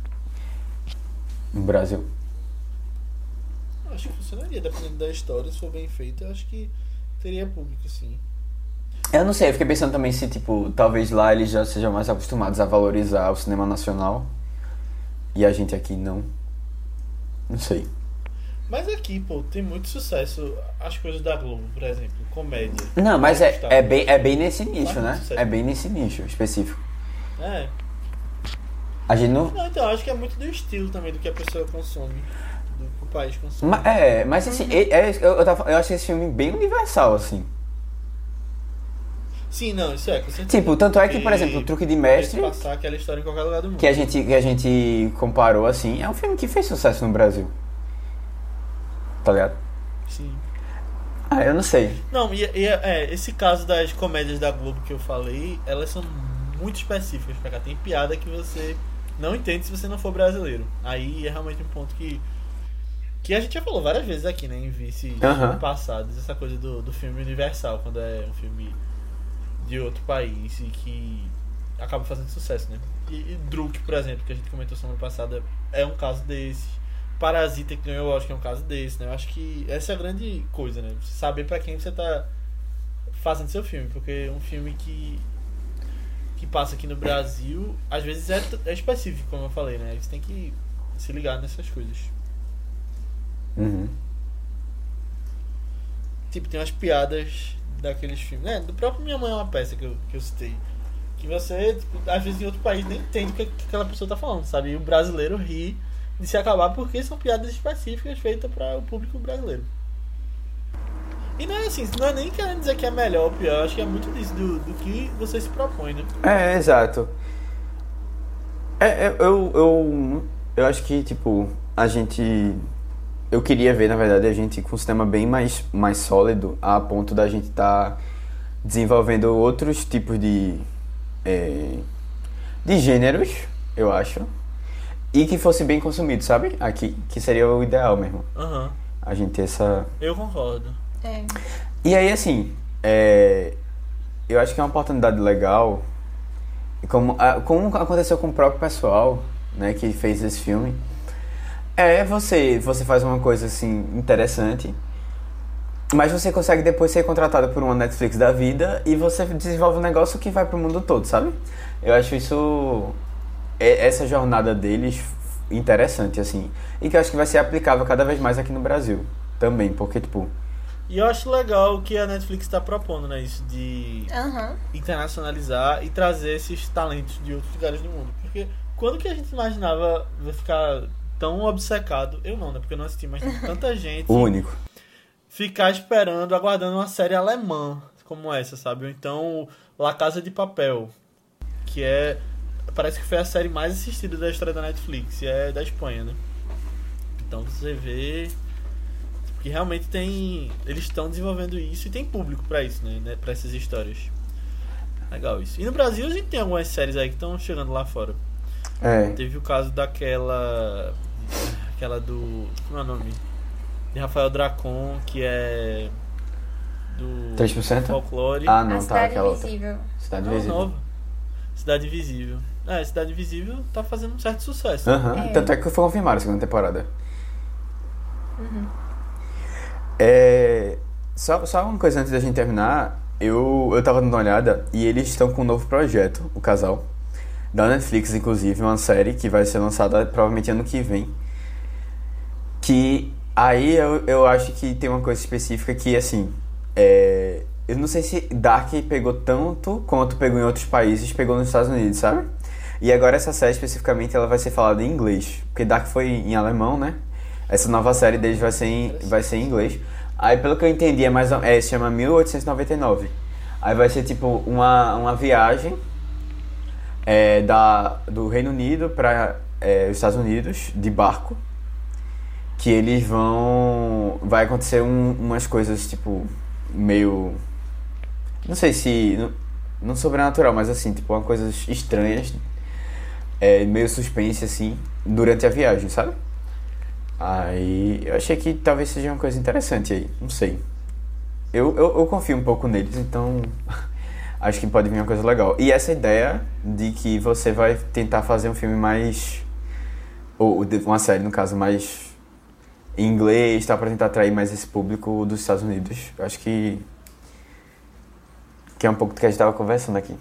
No Brasil. Acho que funcionaria, dependendo da história, se for bem feita, eu acho que teria público, sim. Eu não sei, eu fiquei pensando também se, tipo, talvez lá eles já sejam mais acostumados a valorizar o cinema nacional e a gente aqui não. Não sei. Mas aqui, pô, tem muito sucesso as coisas da Globo, por exemplo, comédia. Não, mas é, é, bem, é bem nesse Faz nicho, muito né? sucesso. É bem nesse nicho específico. É. A gente não... Não, então, acho que é muito do estilo também, do que a pessoa consome, do que o país consome. Ma- É, mas assim, é, é- eu, eu, tava- eu achei esse filme bem universal, assim. Sim, não, isso é, com certeza. Tipo, tanto é que, por Porque exemplo, o Truque de pode Mestre, passar aquela história em qualquer lugar do mundo. que a gente, que a gente comparou, assim, é um filme que fez sucesso no Brasil. Tá ligado? Sim. Ah, eu não sei. Não, e, e é, esse caso das comédias da Globo que eu falei, elas são muito específicas pra cá. Tem piada que você não entende se você não for brasileiro. Aí é realmente um ponto que que a gente já falou várias vezes aqui, né, em vices Aham. passados, essa coisa do, do filme universal, quando é um filme de outro país e que acaba fazendo sucesso, né? E, e Druk, por exemplo, que a gente comentou semana passada, é um caso desse. Parasita, que ganhou o Oscar, é um caso desse, né? Eu acho que essa é a grande coisa, né? Você saber pra quem você tá fazendo seu filme, porque um filme que que passa aqui no Brasil, às vezes é, é específico, como eu falei, né? Você tem que se ligar nessas coisas. Uhum. Tipo, tem umas piadas daqueles filmes, né? Do próprio Minha Mãe é uma Peça que eu, que eu citei. Que você, tipo, às vezes em outro país nem entende o que, que aquela pessoa tá falando, sabe? E o brasileiro ri de se acabar porque são piadas específicas feitas para o público brasileiro. E não é assim, não é nem querendo dizer que é melhor ou pior, acho que é muito disso, do, do que você se propõe, né? É, exato. É, é, eu, eu, eu acho que, tipo, a gente... Eu queria ver, na verdade, a gente com um sistema bem mais, mais sólido, a ponto da gente estar desenvolvendo outros tipos de... É, de gêneros, eu acho. E que fosse bem consumido, sabe? Aqui, que seria o ideal mesmo. Aham, A gente ter essa... eu concordo. É. E aí, assim, é, eu acho que é uma oportunidade legal, como, a- como aconteceu com o próprio pessoal, né, que fez esse filme, é você, você faz uma coisa, assim, interessante, mas você consegue depois ser contratado por uma Netflix da vida e você desenvolve um negócio que vai pro mundo todo, sabe? Eu acho isso, é- essa jornada deles interessante, assim, e que eu acho que vai ser aplicável cada vez mais aqui no Brasil também, porque, tipo... E eu acho legal o que a Netflix está propondo, né? Isso de Aham. internacionalizar e trazer esses talentos de outros lugares do mundo. Porque quando que a gente imaginava ficar tão obcecado, eu não, né? Porque eu não assisti, mas tem tanta gente O único. ficar esperando, aguardando uma série alemã como essa, sabe? Ou então La Casa de Papel, que é... Parece que foi a série mais assistida da história da Netflix, e é da Espanha, né? Então você vê que realmente tem... Eles estão desenvolvendo isso e tem público pra isso, né? Pra essas histórias. Legal isso. E no Brasil a gente tem algumas séries aí que estão chegando lá fora. É. Teve o caso daquela... Aquela do... Como é o nome? De Rafael Dracon, que é... Do... três por cento? Folclore. Ah, não, A tá. Cidade Aquela outra. Invisível. Cidade Não, Invisível. nova. Cidade Invisível. É, Cidade Invisível tá fazendo um certo sucesso. Aham. É. Tanto é que foi confirmado a segunda temporada. Uhum. É... Só, só uma coisa antes da gente terminar. Eu, eu tava dando uma olhada e eles estão com um novo projeto, o casal. Da Netflix, inclusive, uma série que vai ser lançada provavelmente ano que vem. Que aí eu, eu acho que tem uma coisa específica que, assim... É... Eu não sei se Dark pegou tanto quanto pegou em outros países, pegou nos Estados Unidos, sabe? E agora essa série especificamente ela vai ser falada em inglês. Porque Dark foi em alemão, né? Essa nova série deles vai ser em, vai ser em inglês. Aí pelo que eu entendi é mais é, se chama mil oitocentos e noventa e nove. Aí vai ser tipo uma, uma viagem é, da, do Reino Unido para é, os Estados Unidos de barco. Que eles vão... Vai acontecer um, umas coisas tipo meio... Não sei se... Não, não sobrenatural, mas assim, tipo, uma coisas estranhas. É, meio suspense assim, durante a viagem, sabe? Aí eu achei que talvez seja uma coisa interessante aí, não sei. Eu, eu, eu confio um pouco neles, então acho que pode vir uma coisa legal. E essa ideia de que você vai tentar fazer um filme mais... Ou uma série, no caso, mais em inglês, tá, pra tentar atrair mais esse público dos Estados Unidos. Eu acho que... Que é um pouco do que a gente tava conversando aqui.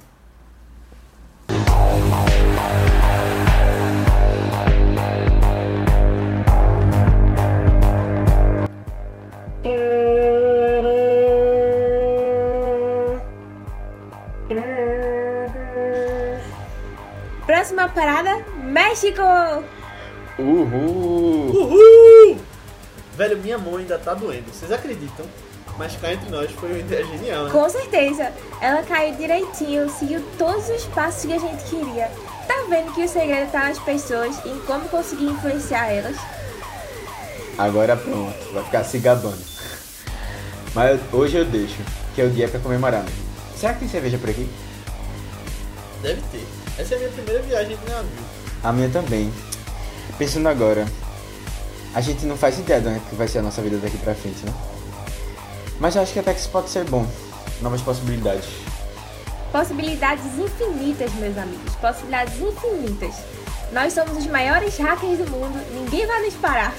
Próxima parada, México! Uhul! Uhul! Velho, minha mão ainda tá doendo. Vocês acreditam? Mas cá entre nós foi uma ideia genial, né? Com certeza, ela caiu direitinho, seguiu todos os passos que a gente queria. Tá vendo que o segredo tá nas pessoas e em como conseguir influenciar elas? Agora pronto, vai ficar se gabando. Mas hoje eu deixo, que é o dia pra comemorar mesmo. Será que tem cerveja por aqui? Deve ter. Essa é a minha primeira viagem de navio. A minha também. Pensando agora, a gente não faz ideia do que vai ser a nossa vida daqui pra frente, né? Mas eu acho que até que isso pode ser bom. Novas possibilidades. Possibilidades infinitas, meus amigos. Possibilidades infinitas. Nós somos os maiores hackers do mundo. Ninguém vai nos parar.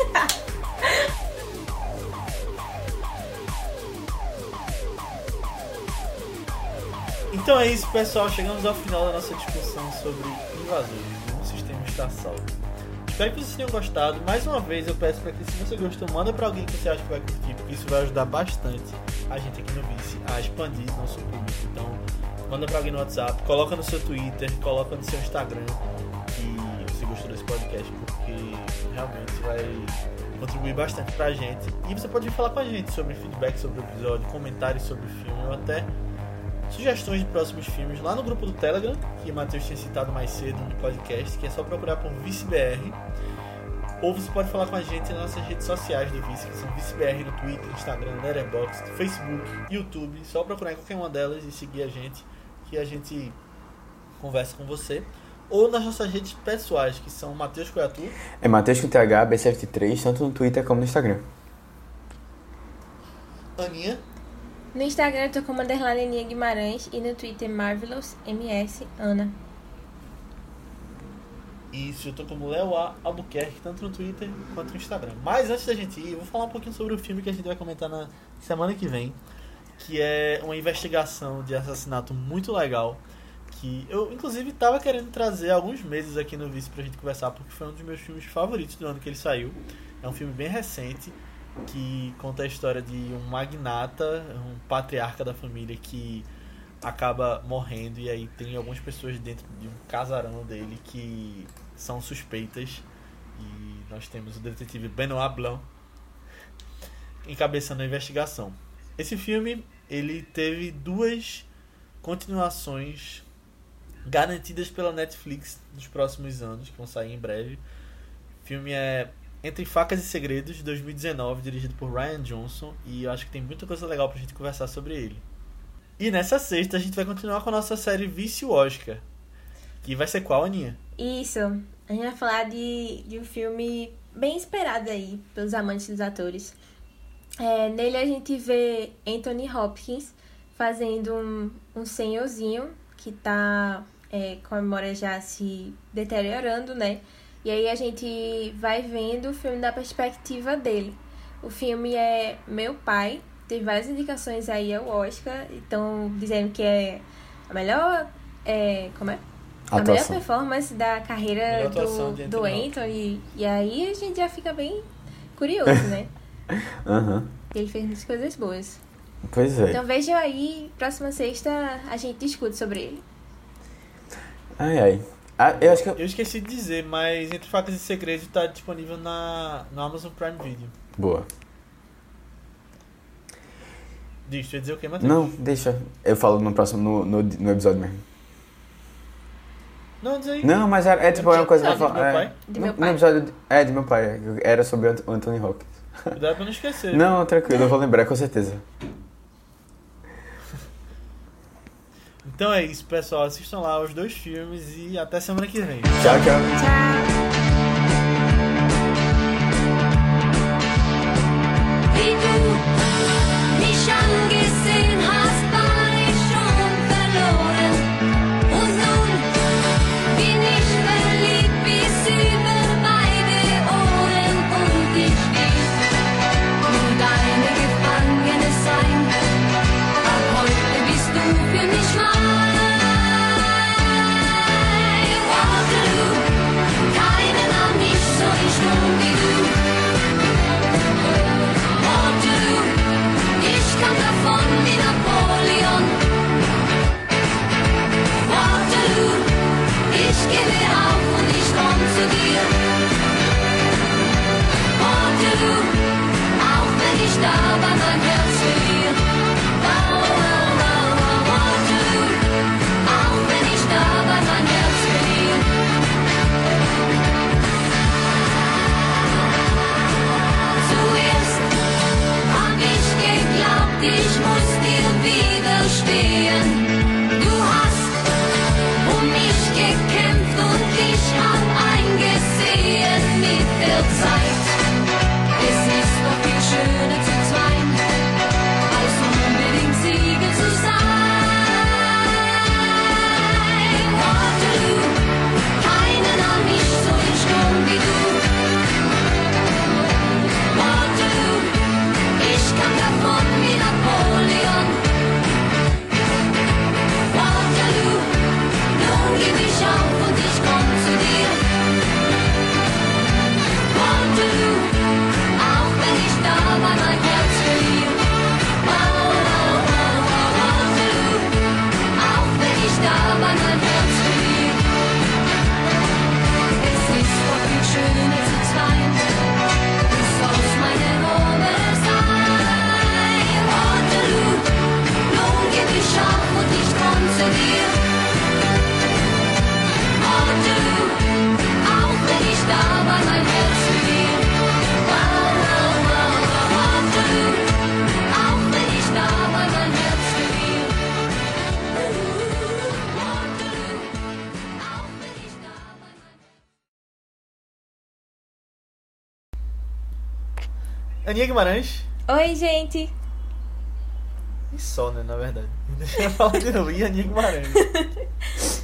Então é isso, pessoal. Chegamos ao final da nossa discussão sobre invasores. Um sistema está salvo. Espero que vocês tenham gostado. Mais uma vez eu peço para que, se você gostou, manda para alguém que você acha que vai curtir, porque isso vai ajudar bastante a gente aqui no Vice a expandir nosso público. Então manda para alguém no WhatsApp, coloca no seu Twitter, coloca no seu Instagram que você gostou desse podcast, porque realmente vai contribuir bastante pra gente. E você pode vir falar com a gente sobre feedback sobre o episódio, comentários sobre o filme ou até sugestões de próximos filmes lá no grupo do Telegram, que o Matheus tinha citado mais cedo no podcast, que é só procurar por ViceBR. Ou você pode falar com a gente nas nossas redes sociais do Vice, que são ViceBR no Twitter, Instagram, Letterboxd, Facebook, YouTube. Só procurar em qualquer uma delas e seguir a gente, que a gente conversa com você. Ou nas nossas redes pessoais, que são Matheus Coiatu. É Matheus com T H, B setenta e três, tanto no Twitter como no Instagram. Aninha. No Instagram eu tô como underline Aninha Guimarães e no Twitter Marvelous M S Ana. Isso, eu tô como Léo A. Albuquerque, tanto no Twitter quanto no Instagram. Mas antes da gente ir, eu vou falar um pouquinho sobre o filme que a gente vai comentar na semana que vem, que é uma investigação de assassinato muito legal, que eu inclusive tava querendo trazer há alguns meses aqui no Vice pra gente conversar, porque foi um dos meus filmes favoritos do ano que ele saiu. É um filme bem recente, que conta a história de um magnata, um patriarca da família que acaba morrendo, e aí tem algumas pessoas dentro de um casarão dele que são suspeitas, e nós temos o detetive Benoit Blanc encabeçando a investigação. Esse filme ele teve duas continuações garantidas pela Netflix nos próximos anos, que vão sair em breve. O filme é Entre Facas e Segredos, de dois mil e dezenove, dirigido por Rian Johnson, e eu acho que tem muita coisa legal pra gente conversar sobre ele. E nessa sexta a gente vai continuar com a nossa série Vício Oscar, que vai ser qual, Aninha? Isso, a gente vai falar de, de um filme bem esperado aí pelos amantes dos atores. É, nele a gente vê Anthony Hopkins fazendo um, um senhorzinho que tá é, com a memória já se deteriorando, né? E aí a gente vai vendo o filme da perspectiva dele. O filme é Meu Pai, teve várias indicações aí ao Oscar, estão dizendo que é a melhor, é, como é? A Atuação. melhor performance da carreira Melhor atuação do, de do Anthony Anthony. E aí a gente já fica bem curioso, né? Aham. Ele fez muitas coisas boas. Pois é. Então vejam aí, próxima sexta a gente discute sobre ele. Ai, ai. Ah, eu acho que eu... Eu esqueci de dizer, mas Entre Facas e Segredos tá disponível na, no Amazon Prime Video. Boa. Diz, tu ia dizer o que, Matheus? Não, deixa. Eu falo no próximo, no, no, no episódio mesmo. Não, diz aí. Não, mas é, é tipo uma coisa pra episódio falar. de meu É, pai? De no, meu no pai. episódio. É, de meu pai. Era sobre o Ant- o Anthony Hopkins. Cuidado pra não esquecer. Não, tranquilo, eu vou lembrar com certeza. Então é isso, pessoal. Assistam lá os dois filmes e até semana que vem. Tchau, tchau. Tchau! Wie du mich angesehen hast, war ich schon verloren. Und nun bin ich verliebt bis über beide Ohren. Und ich will nur deine Gefangene sein. Ab heute bist du für mich mein. Waterloo, keiner nahm mich so in Schwung wie du. Waterloo, ich kam davon wie Napoleon. Waterloo, ich gebe auf und ich komm zu dir. Waterloo, auch wenn ich dabei mein Herz verliere. Oh, oh, oh, oh, Waterloo, auch wenn ich dabei mein Herz verliere. Zuerst hab ich geglaubt, ich muss dir widerstehen. Du hast um mich gekämpft und ich hab eingesehen mit der Zeit. Es ist doch viel schöner zu zweit, als unbedingt Sieger zu sein. Waterloo, keiner nahm mich so in Sturm wie du. Waterloo, ich kam davon wie Napoleon. Waterloo, nun geb ich auf und ich komm zu dir. Waterloo, auch wenn ich dabei mein Herz verliere. Oh, oh, oh, oh, Waterloo, auch wenn ich dabei mein Herz verliere. Es ist doch viel schöner zu zweit. Du sollst meine Robe sein. Waterloo, nun geb ich auf und ich komm zu dir. Waterloo, auch wenn ich dabei mein Herz verliere. Wow, wow, wow, wow, Waterloo, auch wenn ich dabei mein Herz verliere. Waterloo, auch wenn ich dabei mein Aninha Guimarães. Oi, gente! E só, né, na verdade. Deixa eu falar de novo. E Aninha Guimarães.